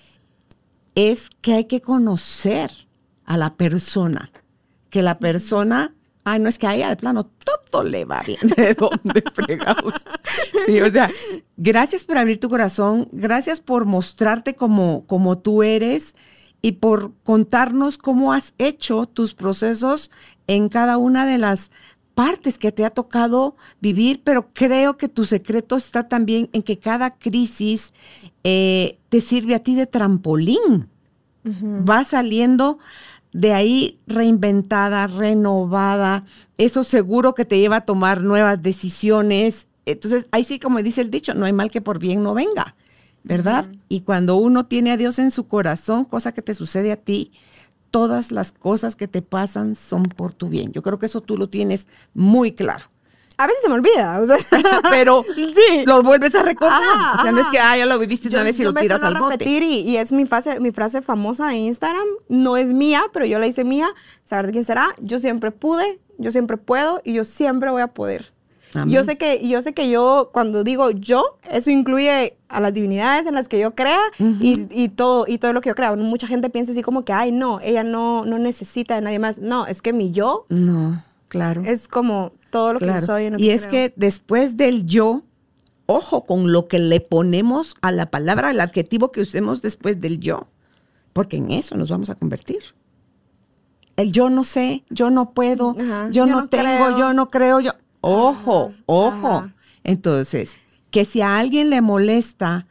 es que hay que conocer a la persona, que la persona, ay, no es que a ella de plano todo le va bien, ¿de dónde fregados? Sí, o sea, gracias por abrir tu corazón, gracias por mostrarte como, como tú eres y por contarnos cómo has hecho tus procesos en cada una de las partes que te ha tocado vivir, pero creo que tu secreto está también en que cada crisis eh, te sirve a ti de trampolín. Uh-huh. Vas saliendo de ahí reinventada, renovada, eso seguro que te lleva a tomar nuevas decisiones. Entonces, ahí sí, como dice el dicho, no hay mal que por bien no venga, ¿verdad? Uh-huh. Y cuando uno tiene a Dios en su corazón, cosa que te sucede a ti, todas las cosas que te pasan son por tu bien. Yo creo que eso tú lo tienes muy claro. A veces se me olvida, o sea. Pero sí. lo vuelves a recordar. Ajá, o sea, no es ajá. que, ah, ya lo viviste una Yo- vez y yo lo me tiras suelo al bote. repetir y, y es mi frase, mi frase famosa de Instagram. No es mía, pero yo la hice mía. Saber de quién será. Yo siempre pude, yo siempre puedo y yo siempre voy a poder. Amén. Yo sé que yo sé que yo cuando digo yo, eso incluye a las divinidades en las que yo crea Ujú. y, y todo y todo lo que yo crea. Mucha gente piensa así como que, ay, no, ella no, no necesita de nadie más. No, es que mi yo No, claro. es como todo lo que claro. yo soy. En lo Y que es creo. que después del yo, ojo con lo que le ponemos a la palabra, al adjetivo que usemos después del yo, porque en eso nos vamos a convertir. El yo no sé, yo no puedo, Ajá. yo, Yo no, no tengo, creo. yo no creo, yo. Ojo, Ajá, ojo. ajá. Entonces, que si a alguien le molesta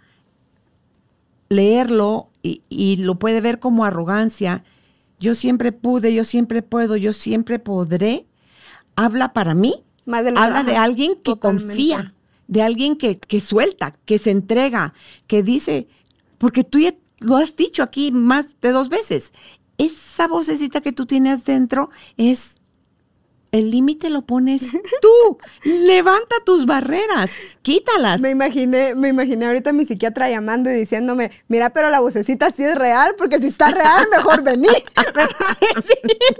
leerlo y, y lo puede ver como arrogancia, yo siempre pude, yo siempre puedo, yo siempre podré, habla para mí, Más de lo- habla de ajá, alguien que totalmente. confía, de alguien que, que suelta, que se entrega, que dice, porque tú ya lo has dicho aquí más de dos veces, esa vocecita que tú tienes dentro es, el límite lo pones tú, levanta tus barreras, quítalas. Me imaginé, me imaginé ahorita a mi psiquiatra llamando y diciéndome, mira, pero la vocecita sí es real, porque si está real, mejor vení. Sí.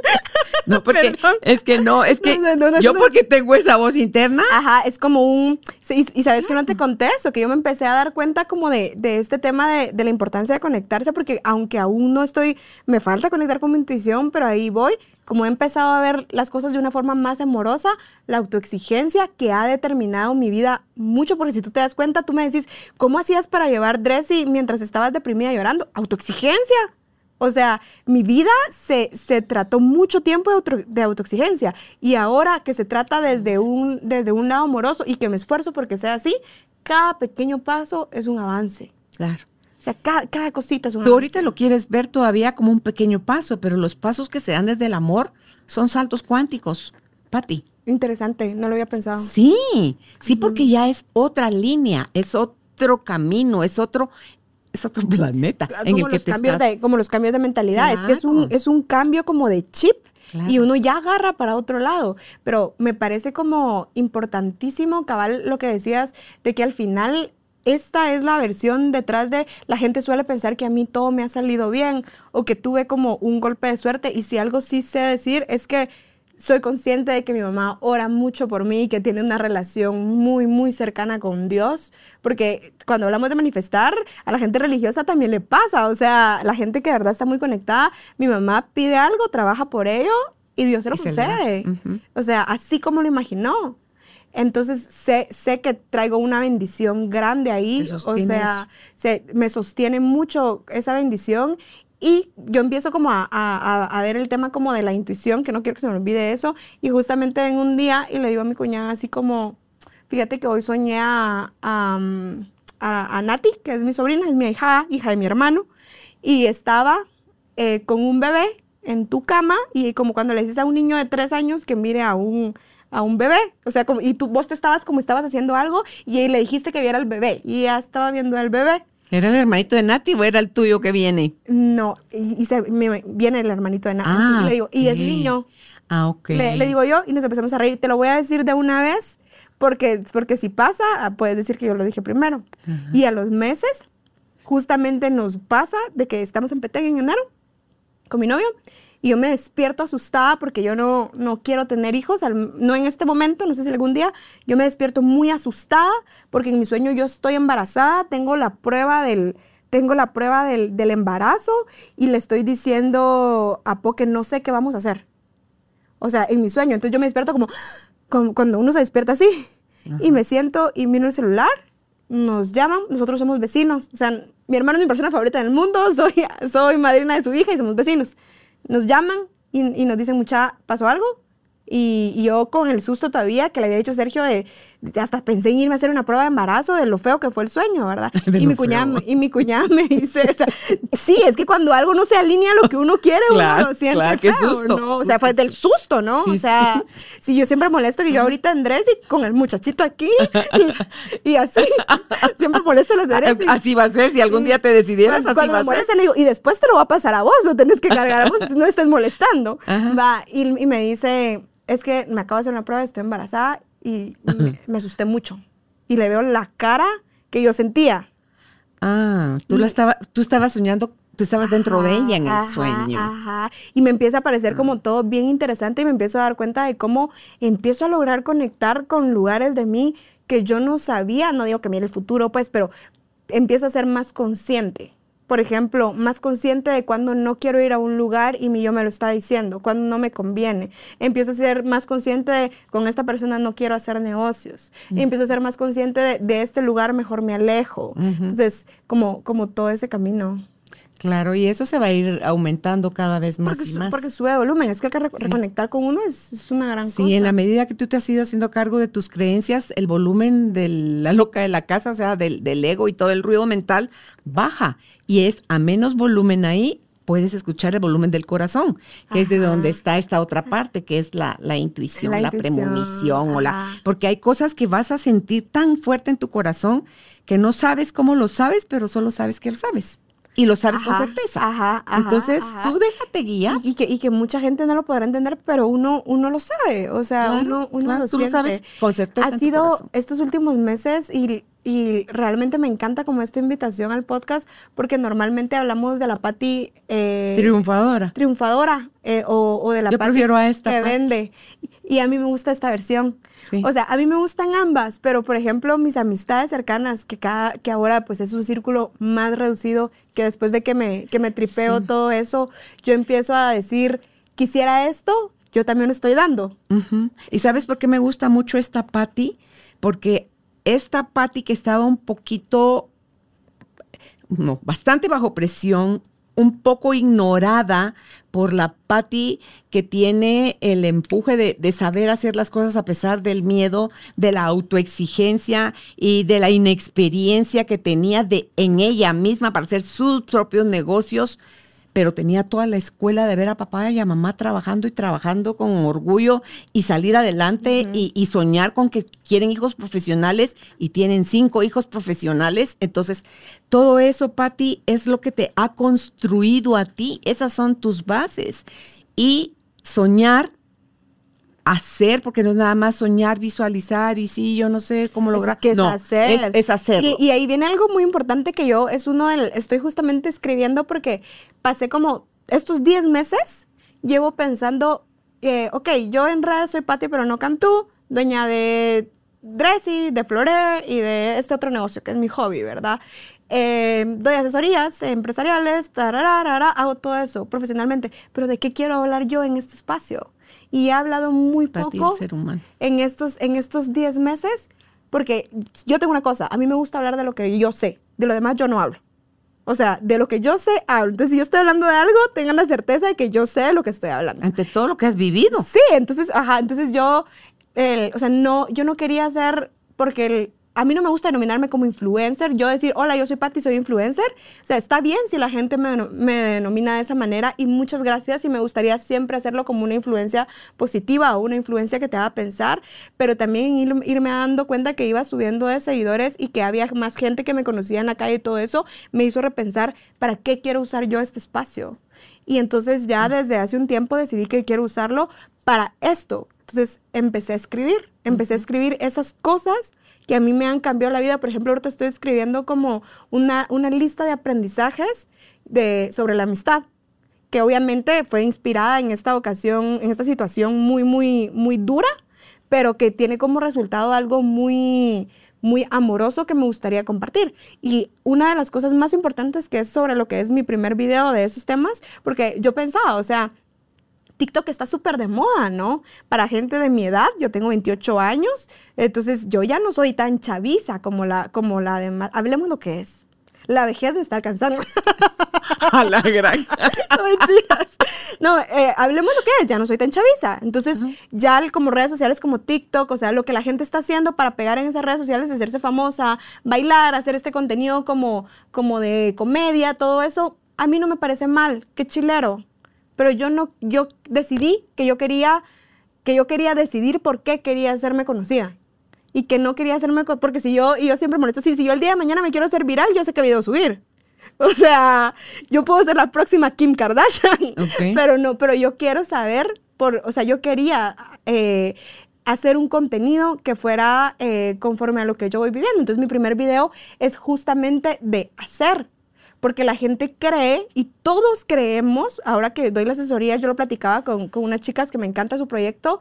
No, porque Perdón. es que no, es que No, no, no, yo no. porque tengo esa voz interna, Ajá, es como un... sí, y, y sabes que no te conté eso, que yo me empecé a dar cuenta como de, de este tema de, de la importancia de conectarse, porque aunque aún no estoy, me falta conectar con mi intuición, pero ahí voy, como he empezado a ver las cosas de una forma más amorosa, la autoexigencia que ha determinado mi vida mucho, porque si tú te das cuenta, tú me decís, ¿cómo hacías para llevar Dressy mientras estabas deprimida llorando? Autoexigencia. O sea, mi vida se, se trató mucho tiempo de, auto, de autoexigencia y ahora que se trata desde un, desde un lado amoroso y que me esfuerzo porque sea así, cada pequeño paso es un avance. claro. O sea, cada, cada cosita es un Tú avance. ahorita lo quieres ver todavía como un pequeño paso, pero los pasos que se dan desde el amor son saltos cuánticos, Pati. Interesante, no lo había pensado. Sí, sí, porque ya es otra línea, es otro camino, es otro, es otro planeta en Como el que los, te cambios estás. de, como los cambios de mentalidad, es que es un, Claro. es un cambio como de chip. Claro. Y uno ya agarra para otro lado, pero me parece como importantísimo, cabal, lo que decías, de que al final esta es la versión detrás de, la gente suele pensar que a mí todo me ha salido bien o que tuve como un golpe de suerte, y si algo sí sé decir es que soy consciente de que mi mamá ora mucho por mí y que tiene una relación muy, muy cercana con Dios, porque cuando hablamos de manifestar, a la gente religiosa también le pasa, o sea, la gente que de verdad está muy conectada, mi mamá pide algo, trabaja por ello y Dios se lo Y se le da. concede. Ujú. O sea, así como lo imaginó. Entonces sé, sé que traigo una bendición grande ahí, Te o sostiene sea, se, me sostiene mucho esa bendición. Y yo empiezo como a, a, a ver el tema como de la intuición, que no quiero que se me olvide eso. Y justamente en un día, y le digo a mi cuñada así como, fíjate que hoy soñé a, a, a, a Nati, que es mi sobrina, es mi hija, hija de mi hermano, y estaba eh, con un bebé en tu cama, y como cuando le dices a un niño de tres años que mire a un, a un bebé, o sea, como, y tú, vos te estabas como estabas haciendo algo, y le dijiste que viera al bebé, y ella estaba viendo al bebé. ¿Era el hermanito de Nati o era el tuyo que viene? No, y, y se, me, viene el hermanito de Nati, Ah, y le digo, y es ok. niño. Ah, ok. Le, le digo yo, y nos empezamos a reír. Te lo voy a decir de una vez, porque, porque si pasa, puedes decir que yo lo dije primero. Ajá. Y a los meses, justamente nos pasa de que estamos en Petén en enero con mi novio, y yo me despierto asustada porque yo no, no quiero tener hijos, al- no en este momento, no sé si algún día. Yo me despierto muy asustada porque en mi sueño yo estoy embarazada, tengo la prueba del, tengo la prueba del, del embarazo, y le estoy diciendo a Po que no sé qué vamos a hacer. O sea, en mi sueño. Entonces yo me despierto como, como cuando uno se despierta así. Y me siento y miro el celular, nos llaman, nosotros somos vecinos. O sea, mi hermano es mi persona favorita del mundo, soy, soy madrina de su hija y somos vecinos. Nos llaman y, y nos dicen, mucha, ¿pasó algo? Y, y yo con el susto todavía que le había dicho Sergio, de, de- hasta pensé en irme a hacer una prueba de embarazo de lo feo que fue el sueño, ¿verdad? De y, lo mi cuñada, feo. me- y mi cuñada me dice, o sea, sí, es que cuando algo no se alinea a lo que uno quiere, Claro, uno lo siente claro, qué feo, susto, ¿no? O sea, susto, fue del susto, ¿no? Sí, o sea, si yo siempre molesto que yo ahorita en Dressy con el muchachito aquí y, y así, siempre molesto a los de Dressy. Así va a ser, si algún día te decidieras, Cuando, así cuando va me a ser. molesta, le digo, y después te lo va a pasar a vos, lo tenés que cargar a vos, no estés molestando. Ajá. Va, y, y me dice, es que me acabo de hacer una prueba, estoy embarazada, y me, me asusté mucho. Y le veo la cara que yo sentía. Ah, tú, Y- la estaba, tú estabas soñando, tú estabas dentro de Ajá, ella en el ajá, sueño. Ajá. Y me empieza a parecer como todo bien interesante y me empiezo a dar cuenta de cómo empiezo a lograr conectar con lugares de mí que yo no sabía, no digo que mire el futuro, pues, pero empiezo a ser más consciente. Por ejemplo, más consciente de cuando no quiero ir a un lugar y mi yo me lo está diciendo, cuando no me conviene. Empiezo a ser más consciente de con esta persona no quiero hacer negocios. Y empiezo a ser más consciente de, de este lugar, mejor me alejo. Entonces, como, como todo ese camino. Claro, y eso se va a ir aumentando cada vez más Porque, y su- más. porque sube de volumen. Es que el que re- reconectar con uno es, es una gran cosa. Sí, en la medida que tú te has ido haciendo cargo de tus creencias, el volumen de la loca de la casa, o sea, del, del ego y todo el ruido mental, baja. Y es a menos volumen ahí, puedes escuchar el volumen del corazón, que es de Ajá. donde está esta otra parte, que es la, la intuición, La la, intuición, premonición. O la, ajá. porque hay cosas que vas a sentir tan fuerte en tu corazón que no sabes cómo lo sabes, pero solo sabes que lo sabes. Y lo sabes con Ajá, certeza. ajá, ajá, Entonces, ajá. tú déjate guiar. Y, y que, y que mucha gente no lo podrá entender, pero uno, uno lo sabe. O sea, Claro, uno, uno claro, lo tú lo siente. sabes con certeza en Ha tu sido corazón. estos últimos meses y, y realmente me encanta como esta invitación al podcast porque normalmente hablamos de la Pati eh, Triunfadora. triunfadora eh, o, o de la Yo Pati prefiero a esta que Pati. vende. Y a mí me gusta esta versión. Sí. O sea, a mí me gustan ambas, pero por ejemplo, mis amistades cercanas, que cada, que ahora pues es un círculo más reducido, que después de que me, que me tripeo Sí. todo eso, yo empiezo a decir, quisiera esto, yo también lo estoy dando. Ujú. ¿Y sabes por qué me gusta mucho esta Patti? Porque esta Patti que estaba un poquito, no, bastante bajo presión, un poco ignorada por la Patti que tiene el empuje de, de saber hacer las cosas a pesar del miedo, de la autoexigencia y de la inexperiencia que tenía de, en ella misma para hacer sus propios negocios, pero tenía toda la escuela de ver a papá y a mamá trabajando y trabajando con orgullo y salir adelante uh-huh. y, y soñar con que quieren hijos profesionales y tienen cinco hijos profesionales. Entonces, todo eso, Patti, es lo que te ha construido a ti. Esas son tus bases. Y soñar, hacer, porque no es nada más soñar, visualizar y sí, yo no sé cómo lograr. Es que es no, hacer. Es, es hacerlo. Y, y ahí viene algo muy importante que yo, es uno del, estoy justamente escribiendo porque pasé como estos diez meses, llevo pensando, eh, ok, yo en redes soy Patti, pero no Cantú, dueña de Dressy, de Floré y de este otro negocio que es mi hobby, ¿verdad? Eh, doy asesorías empresariales, tararara, hago todo eso profesionalmente, pero ¿de qué quiero hablar yo en este espacio? Y he hablado muy Patti, poco el ser humano. en estos en estos diez meses, porque yo tengo una cosa, a mí me gusta hablar de lo que yo sé, de lo demás yo no hablo. O sea, de lo que yo sé, hablo. Entonces, si yo estoy hablando de algo, tengan la certeza de que yo sé de lo que estoy hablando. Ante todo lo que has vivido. Sí, entonces, ajá, entonces yo, el, o sea, no, yo no quería hacer, porque el, a mí no me gusta denominarme como influencer, yo decir, hola, yo soy Patti, soy influencer. O sea, está bien si la gente me, me denomina de esa manera y muchas gracias y me gustaría siempre hacerlo como una influencia positiva o una influencia que te haga pensar, pero también ir, irme dando cuenta que iba subiendo de seguidores y que había más gente que me conocía en la calle y todo eso, me hizo repensar, ¿para qué quiero usar yo este espacio? Y entonces ya desde hace un tiempo decidí que quiero usarlo para esto. Entonces empecé a escribir, empecé a escribir esas cosas que a mí me han cambiado la vida. Por ejemplo, ahorita estoy escribiendo como una, una lista de aprendizajes de, sobre la amistad, que obviamente fue inspirada en esta ocasión, en esta situación muy, muy, muy dura, pero que tiene como resultado algo muy, muy amoroso que me gustaría compartir. Y una de las cosas más importantes que es sobre lo que es mi primer video de esos temas, porque yo pensaba, o sea, TikTok está súper de moda, ¿no? Para gente de mi edad, yo tengo veintiocho años, entonces yo ya no soy tan chaviza como la, como la demás. Hablemos lo que es. La vejez me está alcanzando. A la gran. No, mentiras. No, eh, hablemos lo que es, ya no soy tan chaviza. Entonces, uh-huh. ya como redes sociales como TikTok, o sea, lo que la gente está haciendo para pegar en esas redes sociales, de hacerse famosa, bailar, hacer este contenido como, como de comedia, todo eso, a mí no me parece mal, qué chilero. Pero yo no, yo decidí que yo quería, que yo quería decidir por qué quería hacerme conocida. Y que no quería hacerme, porque si yo, y yo siempre molesto, si, si yo el día de mañana me quiero hacer viral, yo sé qué video subir. O sea, yo puedo ser la próxima Kim Kardashian, okay. pero no, pero yo quiero saber, por, o sea, yo quería eh, hacer un contenido que fuera eh, conforme a lo que yo voy viviendo. Entonces mi primer video es justamente de hacer, porque la gente cree y todos creemos, ahora que doy la asesoría, yo lo platicaba con, con unas chicas que me encanta su proyecto,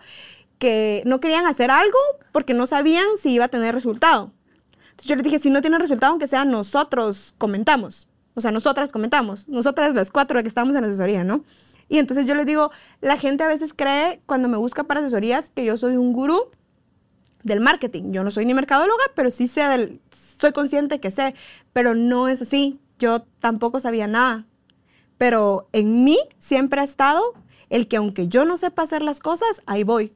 que no querían hacer algo porque no sabían si iba a tener resultado. Entonces yo les dije, si no tiene resultado, aunque sea nosotros comentamos, o sea, nosotras comentamos, nosotras las cuatro que estamos en asesoría, ¿no? Y entonces yo les digo, la gente a veces cree cuando me busca para asesorías que yo soy un gurú del marketing. Yo no soy ni mercadóloga, pero sí sé del, soy consciente que sé, pero no es así. Yo tampoco sabía nada. Pero en mí siempre ha estado el que aunque yo no sepa hacer las cosas, ahí voy.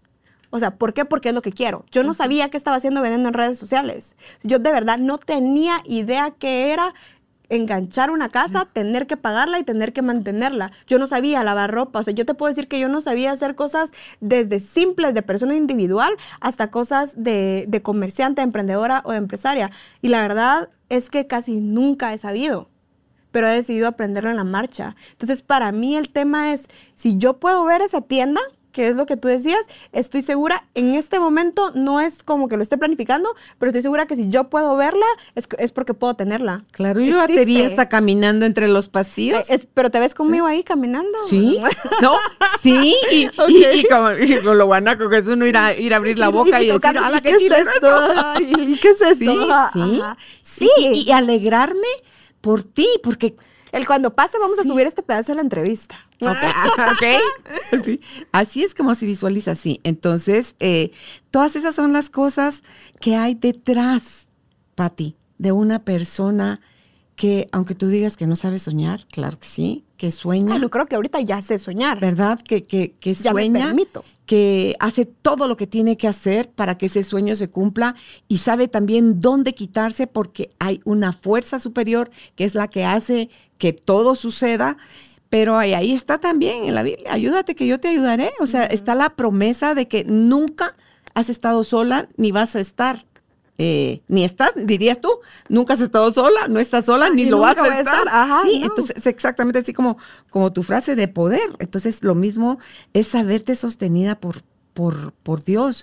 O sea, ¿por qué? Porque es lo que quiero. Yo no sabía qué estaba haciendo vendiendo en redes sociales. Yo de verdad no tenía idea qué era enganchar una casa, tener que pagarla y tener que mantenerla. Yo no sabía lavar ropa. O sea, yo te puedo decir que yo no sabía hacer cosas desde simples de persona individual hasta cosas de, de comerciante, de emprendedora o de empresaria. Y la verdad es que casi nunca he sabido, pero he decidido aprenderlo en la marcha. Entonces, para mí el tema es, si yo puedo ver esa tienda, que es lo que tú decías, estoy segura, en este momento no es como que lo esté planificando, pero estoy segura que si yo puedo verla, es, es porque puedo tenerla. Claro, yo ya te vi hasta caminando entre los pasillos. Eh, es, pero te ves conmigo ¿Sí? ahí caminando. Sí, no, sí, y, okay. y, y, como, y con lo guanaco que es uno ir a, ir a abrir la boca y, y, y decir, ¡hala, qué, qué es esto! ¿Y qué es esto? Sí, sí, sí, y, y alegrarme por ti, porque... El cuando pase vamos sí. a subir este pedazo de la entrevista. Ok, okay. Sí. Así es como se visualiza así. Entonces, eh, todas esas son las cosas que hay detrás, Pati, de una persona que, aunque tú digas que no sabe soñar, claro que sí, que sueña. Ah, yo creo que ahorita ya sé soñar. ¿Verdad? Que, que, que ya sueña. Me permito. Que hace todo lo que tiene que hacer para que ese sueño se cumpla y sabe también dónde quitarse porque hay una fuerza superior que es la que hace que todo suceda, pero ahí, ahí está también en la Biblia, ayúdate que yo te ayudaré, o sea, uh-huh. está la promesa de que nunca has estado sola ni vas a estar, eh, ni estás, dirías tú, nunca has estado sola, no estás sola, ni y lo vas a estar. estar. Ajá, sí, no. Entonces es exactamente así como, como tu frase de poder, entonces lo mismo es saberte sostenida por, por, por Dios.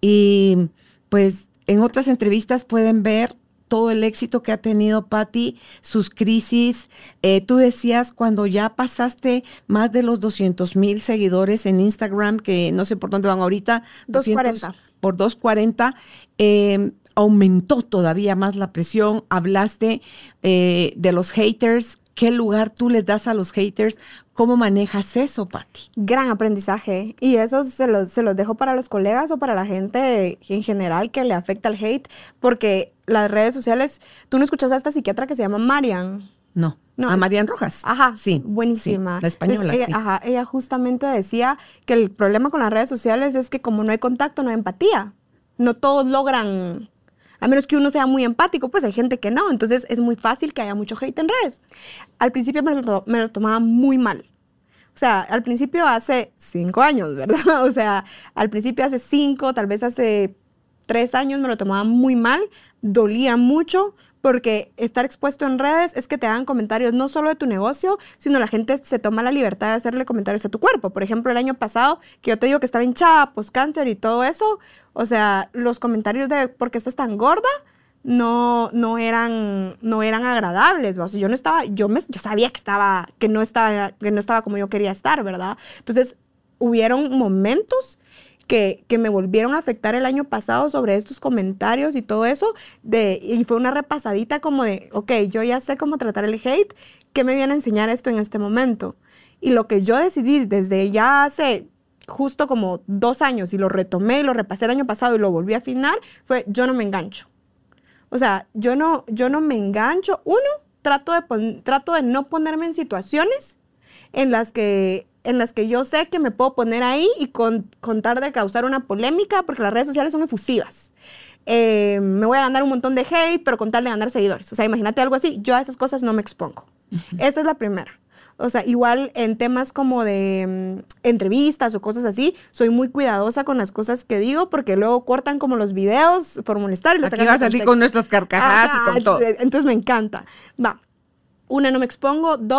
Y pues en otras entrevistas pueden ver todo el éxito que ha tenido Pati, sus crisis. Eh, tú decías cuando ya pasaste más de los doscientos mil seguidores en Instagram, que no sé por dónde van ahorita. doscientos cuarenta. Por doscientos cuarenta, eh, aumentó todavía más la presión. Hablaste eh, de los haters. ¿Qué lugar tú les das a los haters? ¿Cómo manejas eso, Pati? Gran aprendizaje. Y eso se los, se los dejo para los colegas o para la gente en general que le afecta el hate, porque las redes sociales... ¿Tú no escuchas a esta psiquiatra que se llama Marian? No. No, a Marian Rojas. Ajá, sí. Buenísima. Sí, la española, Entonces, ella, sí. Ajá, ella justamente decía que el problema con las redes sociales es que como no hay contacto, no hay empatía. No todos logran... A menos que uno sea muy empático, pues hay gente que no. Entonces es muy fácil que haya mucho hate en redes. Al principio me lo, me lo tomaba muy mal. O sea, al principio hace cinco años, ¿verdad? O sea, al principio hace cinco, tal vez hace tres años me lo tomaba muy mal. Dolía mucho porque estar expuesto en redes es que te hagan comentarios no solo de tu negocio, sino la gente se toma la libertad de hacerle comentarios a tu cuerpo. Por ejemplo, el año pasado, que yo te digo que estaba hinchada, post-cáncer y todo eso, o sea, los comentarios de ¿por qué estás tan gorda? No, no eran, no eran agradables. O sea, yo no estaba, yo, me, yo sabía que estaba, que no estaba, que no estaba como yo quería estar, ¿verdad? Entonces, hubieron momentos Que, que me volvieron a afectar el año pasado sobre estos comentarios y todo eso, de, y fue una repasadita como de, ok, yo ya sé cómo tratar el hate, ¿qué me viene a enseñar esto en este momento? Y lo que yo decidí desde ya hace justo como dos años, y lo retomé y lo repasé el año pasado y lo volví a afinar, fue yo no me engancho. O sea, yo no, yo no me engancho. Uno, trato de, pon, trato de no ponerme en situaciones en las que... en las que yo sé que me puedo poner ahí y con, contar de causar una polémica, porque las redes sociales son efusivas. Eh, me voy a ganar un montón de hate, pero con tal de ganar seguidores. O sea, imagínate algo así. Yo a esas cosas no me expongo. Uh-huh. Esa es la primera. O sea, igual en temas como de um, entrevistas o cosas así, soy muy cuidadosa con las cosas que digo, porque luego cortan como los videos por molestar. Y los Aquí va a salir con nuestras carcajadas. Ajá, y con todo. Entonces me encanta. Va. Una, no me expongo. Dos,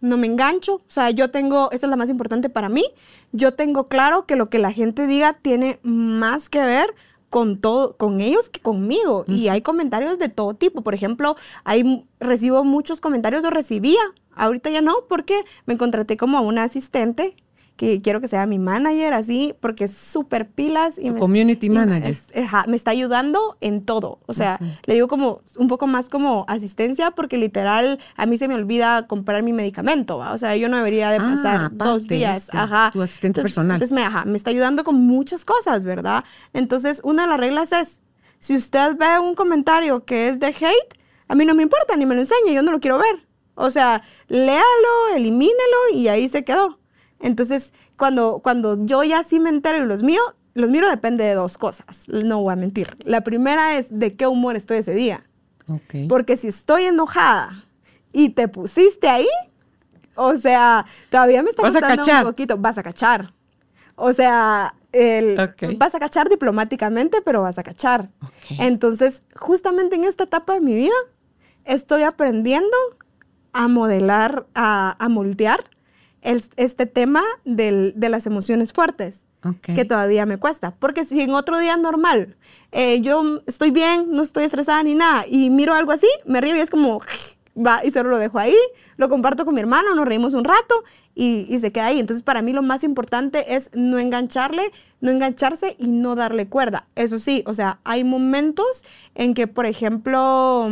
no me engancho. O sea, yo tengo, esa es la más importante para mí, yo tengo claro que lo que la gente diga tiene más que ver con todo, con ellos que conmigo. Uh-huh. Y hay comentarios de todo tipo. Por ejemplo, hay, recibo muchos comentarios, o recibía, ahorita ya no, porque me contraté como a una asistente que quiero que sea mi manager, así, porque es súper pilas. Y me, community y manager. Es, ajá, me está ayudando en todo. O sea, uh-huh. le digo como un poco más como asistencia, porque literal a mí se me olvida comprar mi medicamento, ¿va? O sea, yo no debería de pasar ah, dos días. Este, ajá. Tu asistente entonces, personal. Entonces me, ajá, me está ayudando con muchas cosas, ¿verdad? Entonces, una de las reglas es, si usted ve un comentario que es de hate, a mí no me importa, ni me lo enseñe, yo no lo quiero ver. O sea, léalo, elimínelo y ahí se quedó. Entonces, cuando, cuando yo ya sí me entero y los mío, los miro depende de dos cosas, no voy a mentir. La primera es de qué humor estoy ese día. Okay. Porque si estoy enojada y te pusiste ahí, o sea, todavía me está costando un poquito. Vas a cachar. O sea, el, okay. vas a cachar diplomáticamente, pero vas a cachar. Okay. Entonces, justamente en esta etapa de mi vida, estoy aprendiendo a modelar, a, a moldear El, este tema del, de las emociones fuertes, okay. que todavía me cuesta. Porque si en otro día normal, eh, yo estoy bien, no estoy estresada ni nada, y miro algo así, me río y es como, va, y solo lo dejo ahí, lo comparto con mi hermano, nos reímos un rato, y, y se queda ahí. Entonces, para mí lo más importante es no engancharle, no engancharse y no darle cuerda. Eso sí, o sea, hay momentos en que, por ejemplo,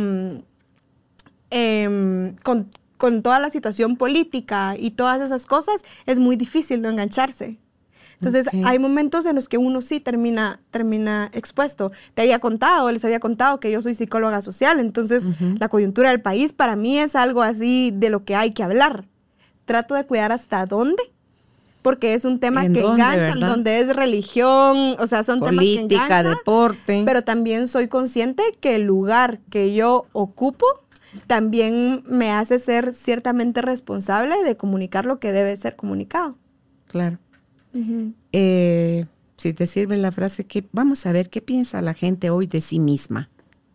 eh, con con toda la situación política y todas esas cosas, es muy difícil no engancharse. Entonces, okay. hay momentos en los que uno sí termina, termina expuesto. Te había contado, les había contado que yo soy psicóloga social, entonces uh-huh. la coyuntura del país para mí es algo así de lo que hay que hablar. Trato de cuidar hasta dónde, porque es un tema que dónde, engancha, ¿verdad? Donde es religión, o sea, son política, temas que enganchan. Política, deporte. Pero también soy consciente que el lugar que yo ocupo también me hace ser ciertamente responsable de comunicar lo que debe ser comunicado. Claro. Uh-huh. Eh, si te sirve la frase, que vamos a ver qué piensa la gente hoy de sí misma.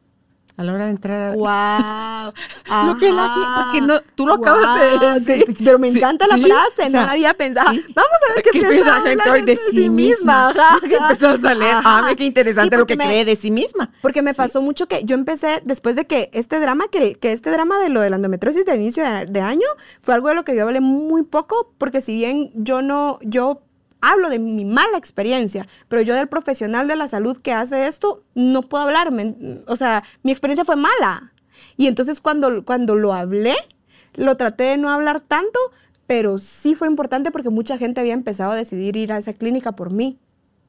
A la hora de entrar a... ¡Wow! Lo que la, porque no, tú lo wow. acabas de decir. Sí, pero me encanta sí, la sí, frase, o sea, no la había pensado. Sí. Vamos a ver qué, ¿Qué piensa la gente hoy de sí misma. Ajá, ajá. Empezás a leer, ah, qué interesante sí, lo que me, cree de sí misma. Porque me sí. pasó mucho que yo empecé, después de que este drama, que, que este drama de lo de la endometriosis de inicio de, de año, fue algo de lo que yo hablé muy poco, porque si bien yo no, yo hablo de mi mala experiencia, pero yo del profesional de la salud que hace esto, no puedo hablar. Me, o sea, mi experiencia fue mala. Y entonces cuando, cuando lo hablé, lo traté de no hablar tanto, pero sí fue importante porque mucha gente había empezado a decidir ir a esa clínica por mí.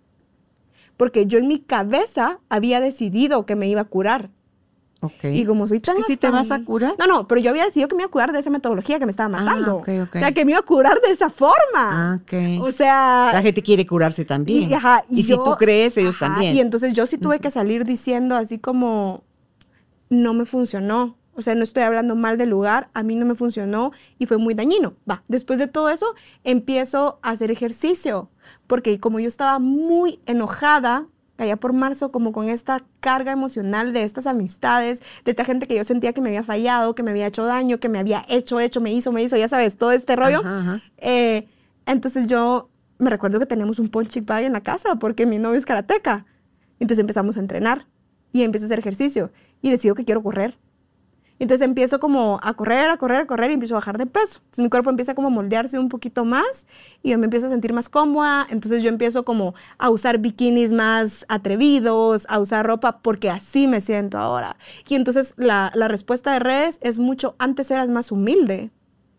Porque yo en mi cabeza había decidido que me iba a curar. Okay. Y como soy tan... ¿Es que si te vas a curar? No, no, pero yo había decidido que me iba a curar de esa metodología que me estaba matando. Ah, okay, okay. O sea, que me iba a curar de esa forma. Ah, okay. O sea... La gente quiere curarse también. Y, ajá, y, y yo, si tú crees, ellos ajá, también. Y entonces yo sí tuve uh-huh. que salir diciendo así como, no me funcionó. O sea, no estoy hablando mal del lugar, a mí no me funcionó y fue muy dañino. Va, después de todo eso, empiezo a hacer ejercicio. Porque como yo estaba muy enojada, allá por marzo, como con esta carga emocional de estas amistades, de esta gente que yo sentía que me había fallado, que me había hecho daño, que me había hecho, hecho, me hizo, me hizo, ya sabes, todo este rollo. Ajá, ajá. Eh, entonces yo me recuerdo que teníamos un punching bag en la casa porque mi novio es karateca. Entonces empezamos a entrenar y empiezo a hacer ejercicio y decido que quiero correr. Entonces empiezo como a correr, a correr, a correr y empiezo a bajar de peso. Entonces mi cuerpo empieza como a moldearse un poquito más y yo me empiezo a sentir más cómoda. Entonces yo empiezo como a usar bikinis más atrevidos, a usar ropa porque así me siento ahora. Y entonces la, la respuesta de redes es mucho, antes eras más humilde.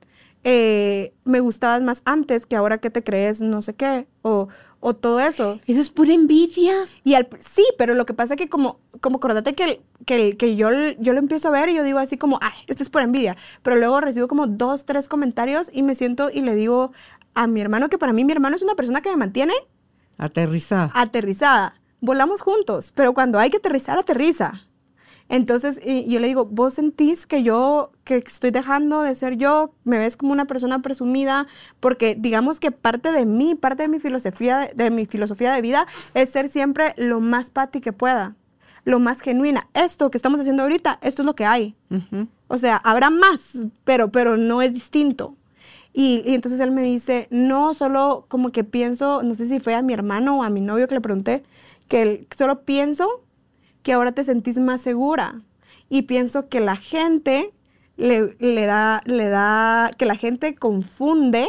Eh, me gustabas más antes que ahora que te crees no sé qué o... o todo eso. Eso es pura envidia. Y al, sí, pero lo que pasa es que como, como acordate que, que, que yo, yo lo empiezo a ver y yo digo así como, ay, esto es por envidia. Pero luego recibo como dos, tres comentarios y me siento y le digo a mi hermano, que para mí mi hermano es una persona que me mantiene aterrizada. Aterrizada. Volamos juntos, pero cuando hay que aterrizar, aterriza. Entonces, y yo le digo, ¿vos sentís que yo, que estoy dejando de ser yo? ¿Me ves como una persona presumida? Porque digamos que parte de mí, parte de mi filosofía, de mi filosofía de vida es ser siempre lo más Pati que pueda, lo más genuina. Esto que estamos haciendo ahorita, esto es lo que hay. Uh-huh. O sea, habrá más, pero, pero no es distinto. Y, y entonces él me dice, no, solo como que pienso, no sé si fue a mi hermano o a mi novio que le pregunté, que él, solo pienso que ahora te sentís más segura. Y pienso que la gente le, le da, le da, que la gente confunde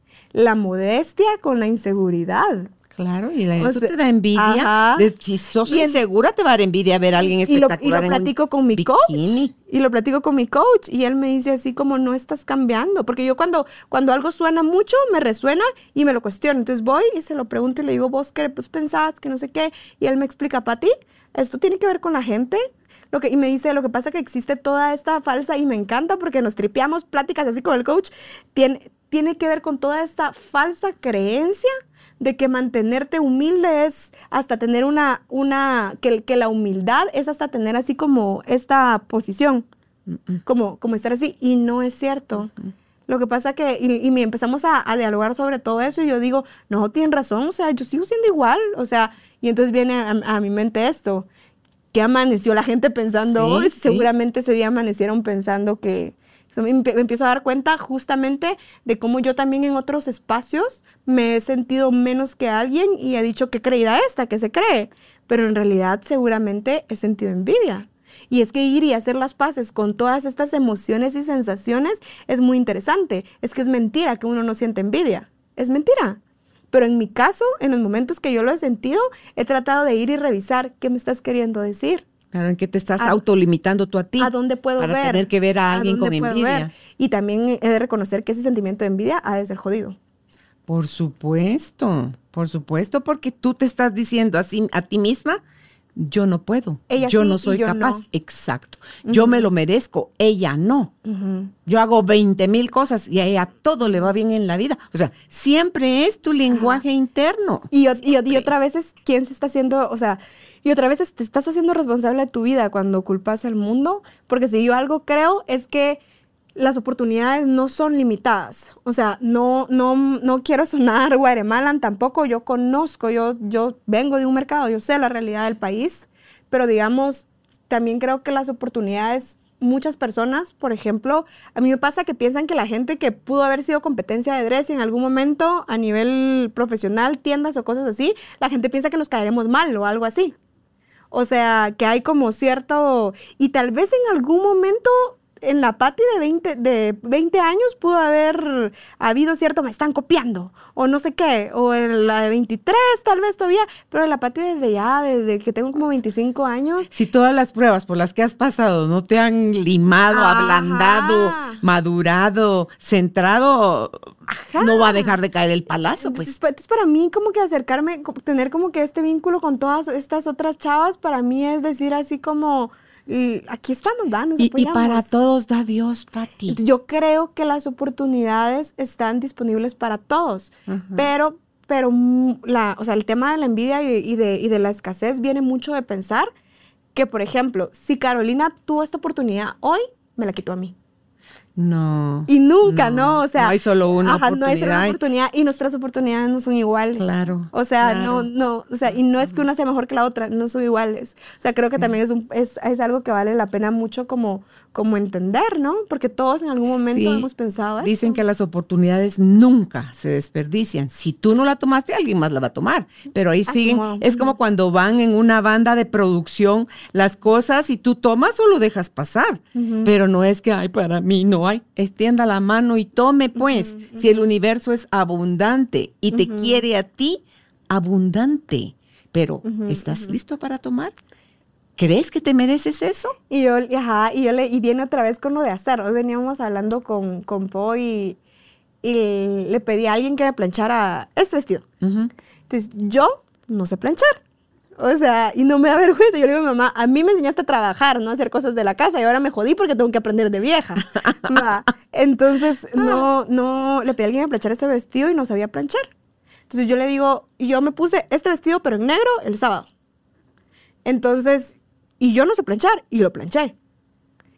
la modestia con la inseguridad. Claro, y la, O eso sea, te da envidia. ajá. De, si sos Y en- insegura, te va a dar envidia ver a alguien Y lo, espectacular y lo en un platico con mi bikini. coach. Y lo platico con mi coach. Y él me dice así como, no estás cambiando. Porque yo cuando, cuando algo suena mucho, me resuena y me lo cuestiono. Entonces voy y se lo pregunto y le digo, vos qué pues, pensás, que no sé qué. Y él me explica, Pati, esto tiene que ver con la gente. Lo que, y me dice, lo que pasa es que existe toda esta falsa, y me encanta porque nos tripeamos pláticas así con el coach, tiene, tiene que ver con toda esta falsa creencia de que mantenerte humilde es hasta tener una, una que, que la humildad es hasta tener así como esta posición, Mm-mm. como, como estar así, y no es cierto. Mm-mm. Lo que pasa que, y, y me empezamos a, a dialogar sobre todo eso, y yo digo, no, tienen razón, o sea, yo sigo siendo igual, o sea, y entonces viene a, a mi mente esto, que amaneció la gente pensando, Sí, "Uy, sí. seguramente ese día amanecieron pensando que..." So, me, empe- me empiezo a dar cuenta justamente de cómo yo también en otros espacios me he sentido menos que alguien y he dicho que creída esta, que se cree, pero en realidad seguramente he sentido envidia. Y es que ir y hacer las paces con todas estas emociones y sensaciones es muy interesante. Es que es mentira que uno no siente envidia. Es mentira. Pero en mi caso, en los momentos que yo lo he sentido, he tratado de ir y revisar qué me estás queriendo decir. Claro, en que te estás A- autolimitando tú a ti. ¿A dónde puedo para ver? tener que ver a alguien con dónde puedo envidia. ver? Y también he de reconocer que ese sentimiento de envidia ha de ser jodido. Por supuesto, por supuesto, porque tú te estás diciendo así a ti misma, yo no puedo, Ella yo sí no y soy yo capaz. no. Exacto. Yo me lo merezco, ella no. Ujú. Yo hago veinte mil cosas y a ella todo le va bien en la vida. O sea, siempre es tu lenguaje interno. Y, o- y, o- y Siempre. otra vez es quién se está haciendo, o sea, y otra vez es- te estás haciendo responsable de tu vida cuando culpas al mundo, porque si yo algo creo es que las oportunidades no son limitadas. O sea, no, no, no quiero sonar Guatemalan tampoco, yo conozco, yo, yo vengo de un mercado, yo sé la realidad del país, pero digamos, también creo que las oportunidades, muchas personas, por ejemplo, a mí me pasa que piensan que la gente que pudo haber sido competencia de dress en algún momento a nivel profesional, tiendas o cosas así, la gente piensa que nos caeremos mal o algo así. O sea, que hay como cierto... Y tal vez en algún momento en la Pati de veinte, de veinte años pudo haber habido cierto, me están copiando, o no sé qué, o en la de veintitrés tal vez todavía, pero en la Pati desde ya, desde que tengo como veinticinco años... Si todas las pruebas por las que has pasado no te han limado, Ajá. ablandado, madurado, centrado, Ajá. no va a dejar de caer el palazo, Entonces, pues. pa- entonces, para mí, como que acercarme, co- tener como que este vínculo con todas estas otras chavas, para mí es decir así como, y aquí estamos, ¿va? Nos Y, y apoyamos. para todos da Dios, Pati. Yo creo que las oportunidades están disponibles para todos, Ajá. pero, pero mm, la, o sea, el tema de la envidia y, y de, y de la escasez viene mucho de pensar que, por ejemplo, si Carolina tuvo esta oportunidad hoy, me la quitó a mí. No. Y nunca, ¿no? O sea, no hay solo una ajá, oportunidad. no hay solo una oportunidad y nuestras oportunidades no son iguales. Claro. O sea, claro. no, no, o sea, y no es que una sea mejor que la otra, no son iguales. O sea, creo que Sí. también es, un, es, es algo que vale la pena mucho como, como entender, ¿no? Porque todos en algún momento Sí, hemos pensado eso. Dicen que las oportunidades nunca se desperdician. Si tú no la tomaste, alguien más la va a tomar. Pero ahí A su siguen. modo. Es como cuando van en una banda de producción las cosas y tú tomas o lo dejas pasar. Ujú. Pero no es que, ay, para mí no hay. Extienda la mano y tome, pues. Ujú, Si el universo es abundante y te Ujú. quiere a ti, abundante. Pero, Ujú, ¿estás ujú. listo para tomar? ¿Crees que te mereces eso? Y yo, ajá, y yo le, y viene otra vez con lo de hacer. Hoy veníamos hablando con, con Po y, y le pedí a alguien que me planchara este vestido. Ujú. Entonces, yo no sé planchar. O sea, y no me da vergüenza. Yo le digo a mi mamá, a mí me enseñaste a trabajar, no a hacer cosas de la casa, y ahora me jodí porque tengo que aprender de vieja. Va. Entonces, no, no, le pedí a alguien a planchar este vestido y no sabía planchar. Entonces yo le digo, y yo me puse este vestido, pero en negro, el sábado. Entonces, y yo no sé planchar, y lo planché.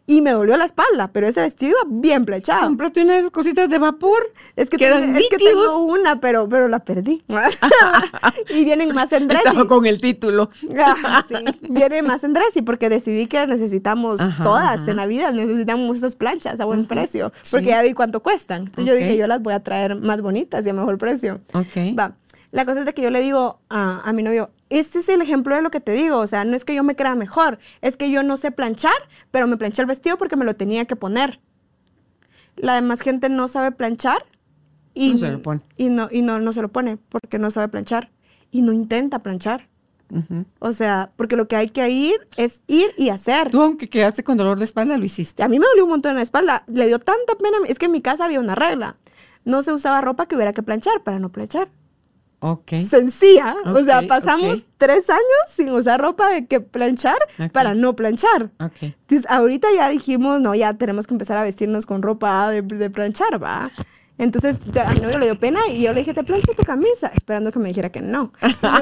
y me dolió la espalda, pero ese vestido iba bien planchado. Cómprate unas cositas de vapor. Es que, quedan tengo, es que tengo una, pero, pero la perdí. Y vienen más en dressy. Estaba con el título. Ah, sí. Vienen más en dressy porque decidí que necesitamos Ajá, todas ajá. en la vida, necesitamos esas planchas a buen uh-huh. precio, porque sí. ya vi cuánto cuestan. Entonces okay. yo dije, yo las voy a traer más bonitas y a mejor precio. Okay. Va. La cosa es de que yo le digo a, a mi novio, este es el ejemplo de lo que te digo, o sea, no es que yo me crea mejor, es que yo no sé planchar, pero me planché el vestido porque me lo tenía que poner. La demás gente no sabe planchar y no se lo pone. Y no, y no, no se lo pone porque no sabe planchar y no intenta planchar. Uh-huh. O sea, porque lo que hay que ir es ir y hacer. Tú, aunque quedaste con dolor de espalda, lo hiciste. A mí me dolió un montón en la espalda, le dio tanta pena, es que en mi casa había una regla, no se usaba ropa que hubiera que planchar para no planchar. Okay. Sencilla, Okay, o sea, pasamos okay. tres años sin usar ropa de que planchar okay. para no planchar. Okay. Entonces, ahorita ya dijimos, no, ya tenemos que empezar a vestirnos con ropa de, de planchar, ¿va? Entonces, a mi novio le dio pena y yo le dije, te plancho tu camisa, esperando que me dijera que no.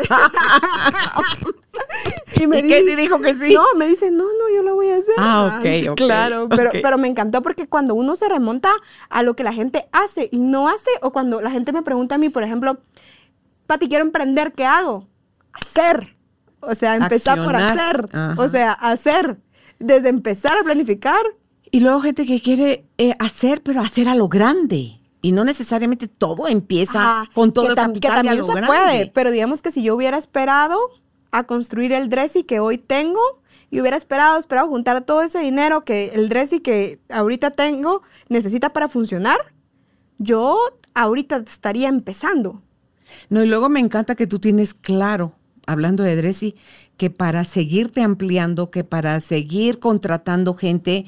¿Y, me ¿Y dice, qué sí dijo que sí? No, me dice, no, no, yo lo voy a hacer. Ah, ok, Ay, sí, okay, claro, pero, okay. pero me encantó porque cuando uno se remonta a lo que la gente hace y no hace, o cuando la gente me pregunta a mí, por ejemplo, Pati, quiero emprender, ¿qué hago? Hacer. O sea, empezar Accionar. por hacer. Ajá. O sea, hacer. Desde empezar a planificar. Y luego gente que quiere eh, hacer, pero hacer a lo grande. Y no necesariamente todo empieza Ajá. con todo que el tam- capital que también y a lo se grande. puede. Pero digamos que si yo hubiera esperado a construir el dressy que hoy tengo y hubiera esperado, esperado juntar todo ese dinero que el dressy que ahorita tengo necesita para funcionar, yo ahorita estaría empezando. No, y luego me encanta que tú tienes claro, hablando de dressy, que para seguirte ampliando, que para seguir contratando gente,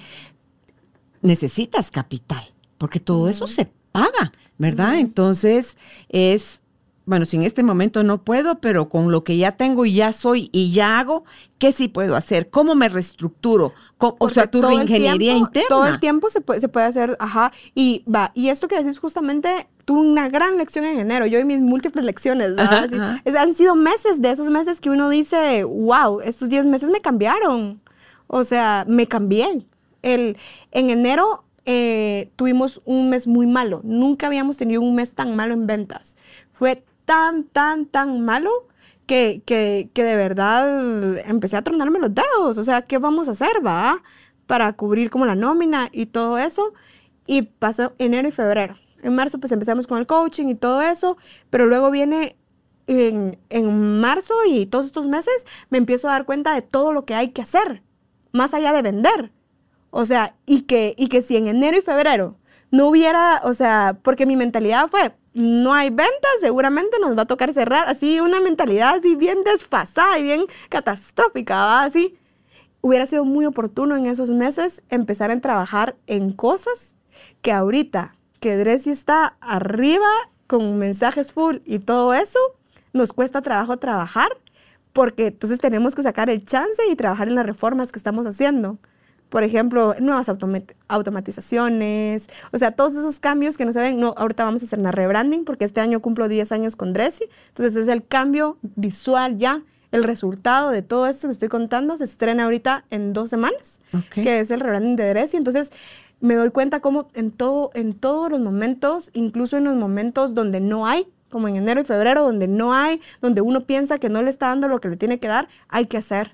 necesitas capital, porque todo uh-huh. eso se paga, ¿verdad? Uh-huh. Entonces, es, bueno, si en este momento no puedo, pero con lo que ya tengo y ya soy y ya hago, ¿qué sí puedo hacer? ¿Cómo me reestructuro? ¿Cómo, o sea, tu reingeniería tiempo, interna. Todo el tiempo se puede, se puede hacer, ajá, y va, y esto que decís justamente, tuve una gran lección en enero, yo y mis múltiples lecciones, ¿verdad? Así, ajá. Es, han sido meses de esos meses que uno dice, wow, estos diez meses me cambiaron, o sea, me cambié. El, en enero eh, tuvimos un mes muy malo, nunca habíamos tenido un mes tan malo en ventas, fue tan, tan, tan malo que, que, que de verdad empecé a tronarme los dedos, o sea, ¿qué vamos a hacer, va? Para cubrir como la nómina y todo eso, y pasó enero y febrero. En marzo pues empezamos con el coaching y todo eso, pero luego viene en, en marzo y todos estos meses me empiezo a dar cuenta de todo lo que hay que hacer, más allá de vender. O sea, y que, y que si en enero y febrero no hubiera, o sea, porque mi mentalidad fue, no hay ventas, seguramente nos va a tocar cerrar, así una mentalidad así bien desfasada y bien catastrófica, ¿va? Así. Hubiera sido muy oportuno en esos meses empezar a trabajar en cosas que ahorita que Dressy está arriba con mensajes full y todo eso, nos cuesta trabajo trabajar porque entonces tenemos que sacar el chance y trabajar en las reformas que estamos haciendo. Por ejemplo, nuevas automat- automatizaciones, o sea, todos esos cambios que no se ven. No, ahorita vamos a hacer una rebranding porque este año cumplo diez años con Dressy, entonces es el cambio visual ya. El resultado de todo esto que estoy contando se estrena ahorita en dos semanas, okay. que es el rebranding de Dressy. Entonces, me doy cuenta cómo en, todo, en todos los momentos, incluso en los momentos donde no hay, como en enero y febrero, donde no hay, donde uno piensa que no le está dando lo que le tiene que dar, hay que hacer.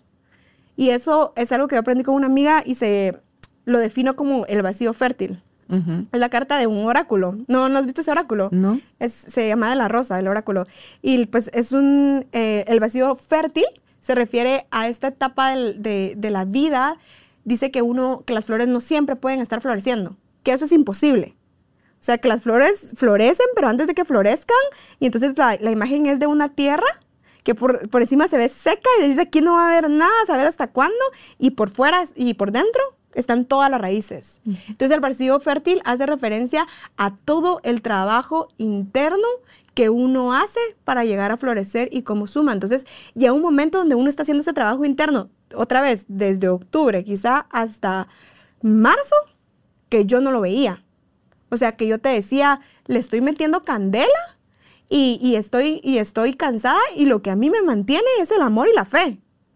Y eso es algo que yo aprendí con una amiga y se lo defino como el vacío fértil. Uh-huh. Es la carta de un oráculo. ¿No, ¿no has visto ese oráculo? No. Es, se llama de la rosa, el oráculo. Y pues es un, eh, el vacío fértil se refiere a esta etapa del, de, de la vida. Dice que uno, que las flores no siempre pueden estar floreciendo, que eso es imposible. O sea, que las flores florecen, pero antes de que florezcan, y entonces la, la imagen es de una tierra que por, por encima se ve seca y dice aquí no va a haber nada, saber hasta cuándo, y por fuera y por dentro están todas las raíces. Uh-huh. Entonces el vacío fértil hace referencia a todo el trabajo interno que uno hace para llegar a florecer y cómo suma. Entonces llega un momento donde uno está haciendo ese trabajo interno, otra vez desde octubre quizá hasta marzo, que yo no lo veía. O sea, que yo te decía, le estoy metiendo candela y, y, estoy, y estoy cansada y lo que a mí me mantiene es el amor y la fe.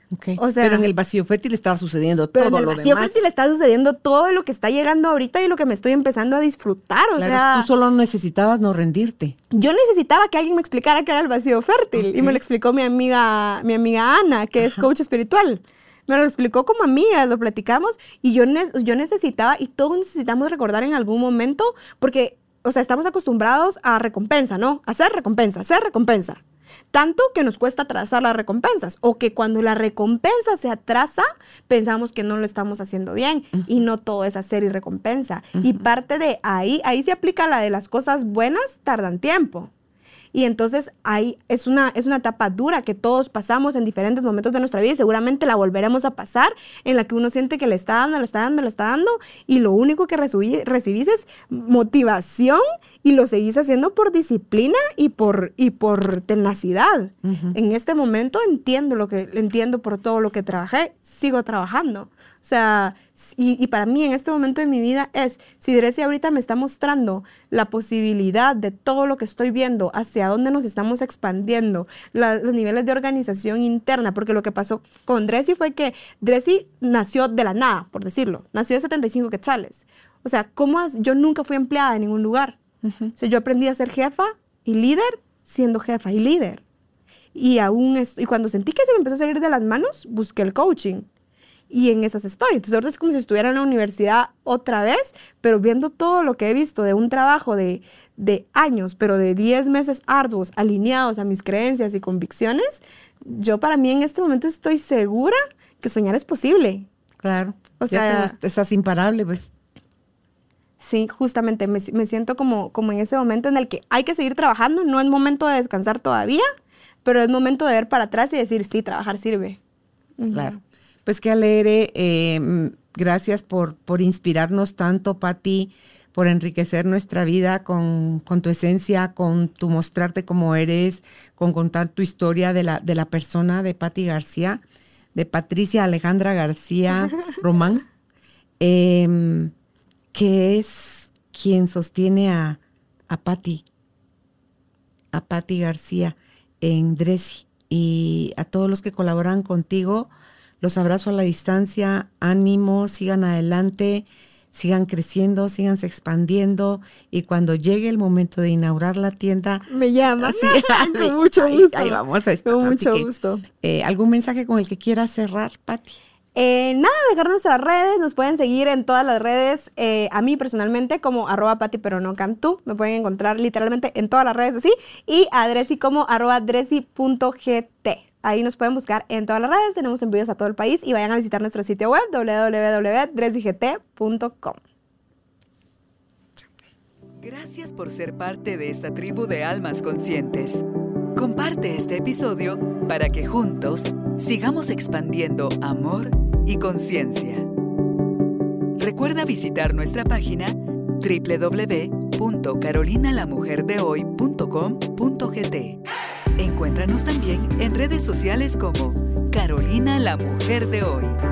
Okay. O sea, pero en el vacío fértil estaba sucediendo pero todo en el lo vacío demás. fértil está sucediendo todo lo que está llegando ahorita y lo que me estoy empezando a disfrutar. O Claro, sea, tú solo necesitabas no rendirte. yo necesitaba que alguien me explicara qué era el vacío fértil. Okay. Y me lo explicó mi amiga, mi amiga Ana, que es coach espiritual. Me lo explicó como amiga, lo platicamos. Y yo, ne- yo necesitaba, y todos necesitamos recordar en algún momento, porque, o sea, estamos acostumbrados a recompensa, ¿no? Hacer recompensa, hacer recompensa. Tanto que nos cuesta trazar las recompensas, o que cuando la recompensa se atrasa, pensamos que no lo estamos haciendo bien, uh-huh. y no todo es hacer y recompensa. Uh-huh. Y parte de ahí, ahí se aplica la de las cosas buenas, tardan tiempo. Y entonces ahí es una, es una etapa dura que todos pasamos en diferentes momentos de nuestra vida y seguramente la volveremos a pasar, en la que uno siente que le está dando, le está dando, le está dando y lo único que recibí, recibís es motivación y lo seguís haciendo por disciplina y por, y por tenacidad. Uh-huh. En este momento entiendo, lo que, entiendo por todo lo que trabajé, sigo trabajando. O sea, y, y para mí en este momento de mi vida es, si Dressy ahorita me está mostrando la posibilidad de todo lo que estoy viendo, hacia dónde nos estamos expandiendo, la, los niveles de organización interna, porque lo que pasó con Dressy fue que Dressy nació de la nada, por decirlo, nació de setenta y cinco quetzales. O sea, ¿cómo has, yo nunca fui empleada en ningún lugar. Uh-huh. O sea, yo aprendí a ser jefa y líder siendo jefa y líder. Y, aún es, y cuando sentí que se me empezó a salir de las manos, busqué el coaching. Y en esas estoy. Entonces ahora es como si estuviera en la universidad otra vez, pero viendo todo lo que he visto de un trabajo de, de años, pero de diez meses arduos, alineados a mis creencias y convicciones, yo para mí en este momento estoy segura que soñar es posible. Claro. O sea, te, estás imparable, pues. Sí, justamente me, me siento como, como en ese momento en el que hay que seguir trabajando, no es momento de descansar todavía, pero es momento de ver para atrás y decir, sí, trabajar sirve. Claro. Uh-huh. Pues qué alegre, eh, gracias por, por inspirarnos tanto, Pati, por enriquecer nuestra vida con, con tu esencia, con tu mostrarte como eres, con contar tu historia de la, de la persona de Pati García, de Patricia Alejandra García Román, eh, que es quien sostiene a, a Pati, a Pati García en Dressy, y a todos los que colaboran contigo. Los abrazo a la distancia, ánimo, sigan adelante, sigan creciendo, síganse expandiendo y cuando llegue el momento de inaugurar la tienda... Me llaman, así, con mucho gusto. Ahí, ahí vamos a estar. Con mucho que, gusto. Eh, ¿Algún mensaje con el que quieras cerrar, Pati? Eh, nada, dejar nuestras redes, nos pueden seguir en todas las redes, eh, a mí personalmente como arroba Pati pero no Cantú, me pueden encontrar literalmente en todas las redes así, y a Dressy como arroba Dressy punto G T. Ahí nos pueden buscar en todas las redes, tenemos envíos a todo el país y vayan a visitar nuestro sitio web doble u doble u doble u punto dressy g t punto com. Gracias por ser parte de esta tribu de almas conscientes. Comparte este episodio para que juntos sigamos expandiendo amor y conciencia. Recuerda visitar nuestra página doble u doble u doble u punto carolina la mujer de hoy punto com punto g t. Encuéntranos también en redes sociales como Carolina la Mujer de Hoy.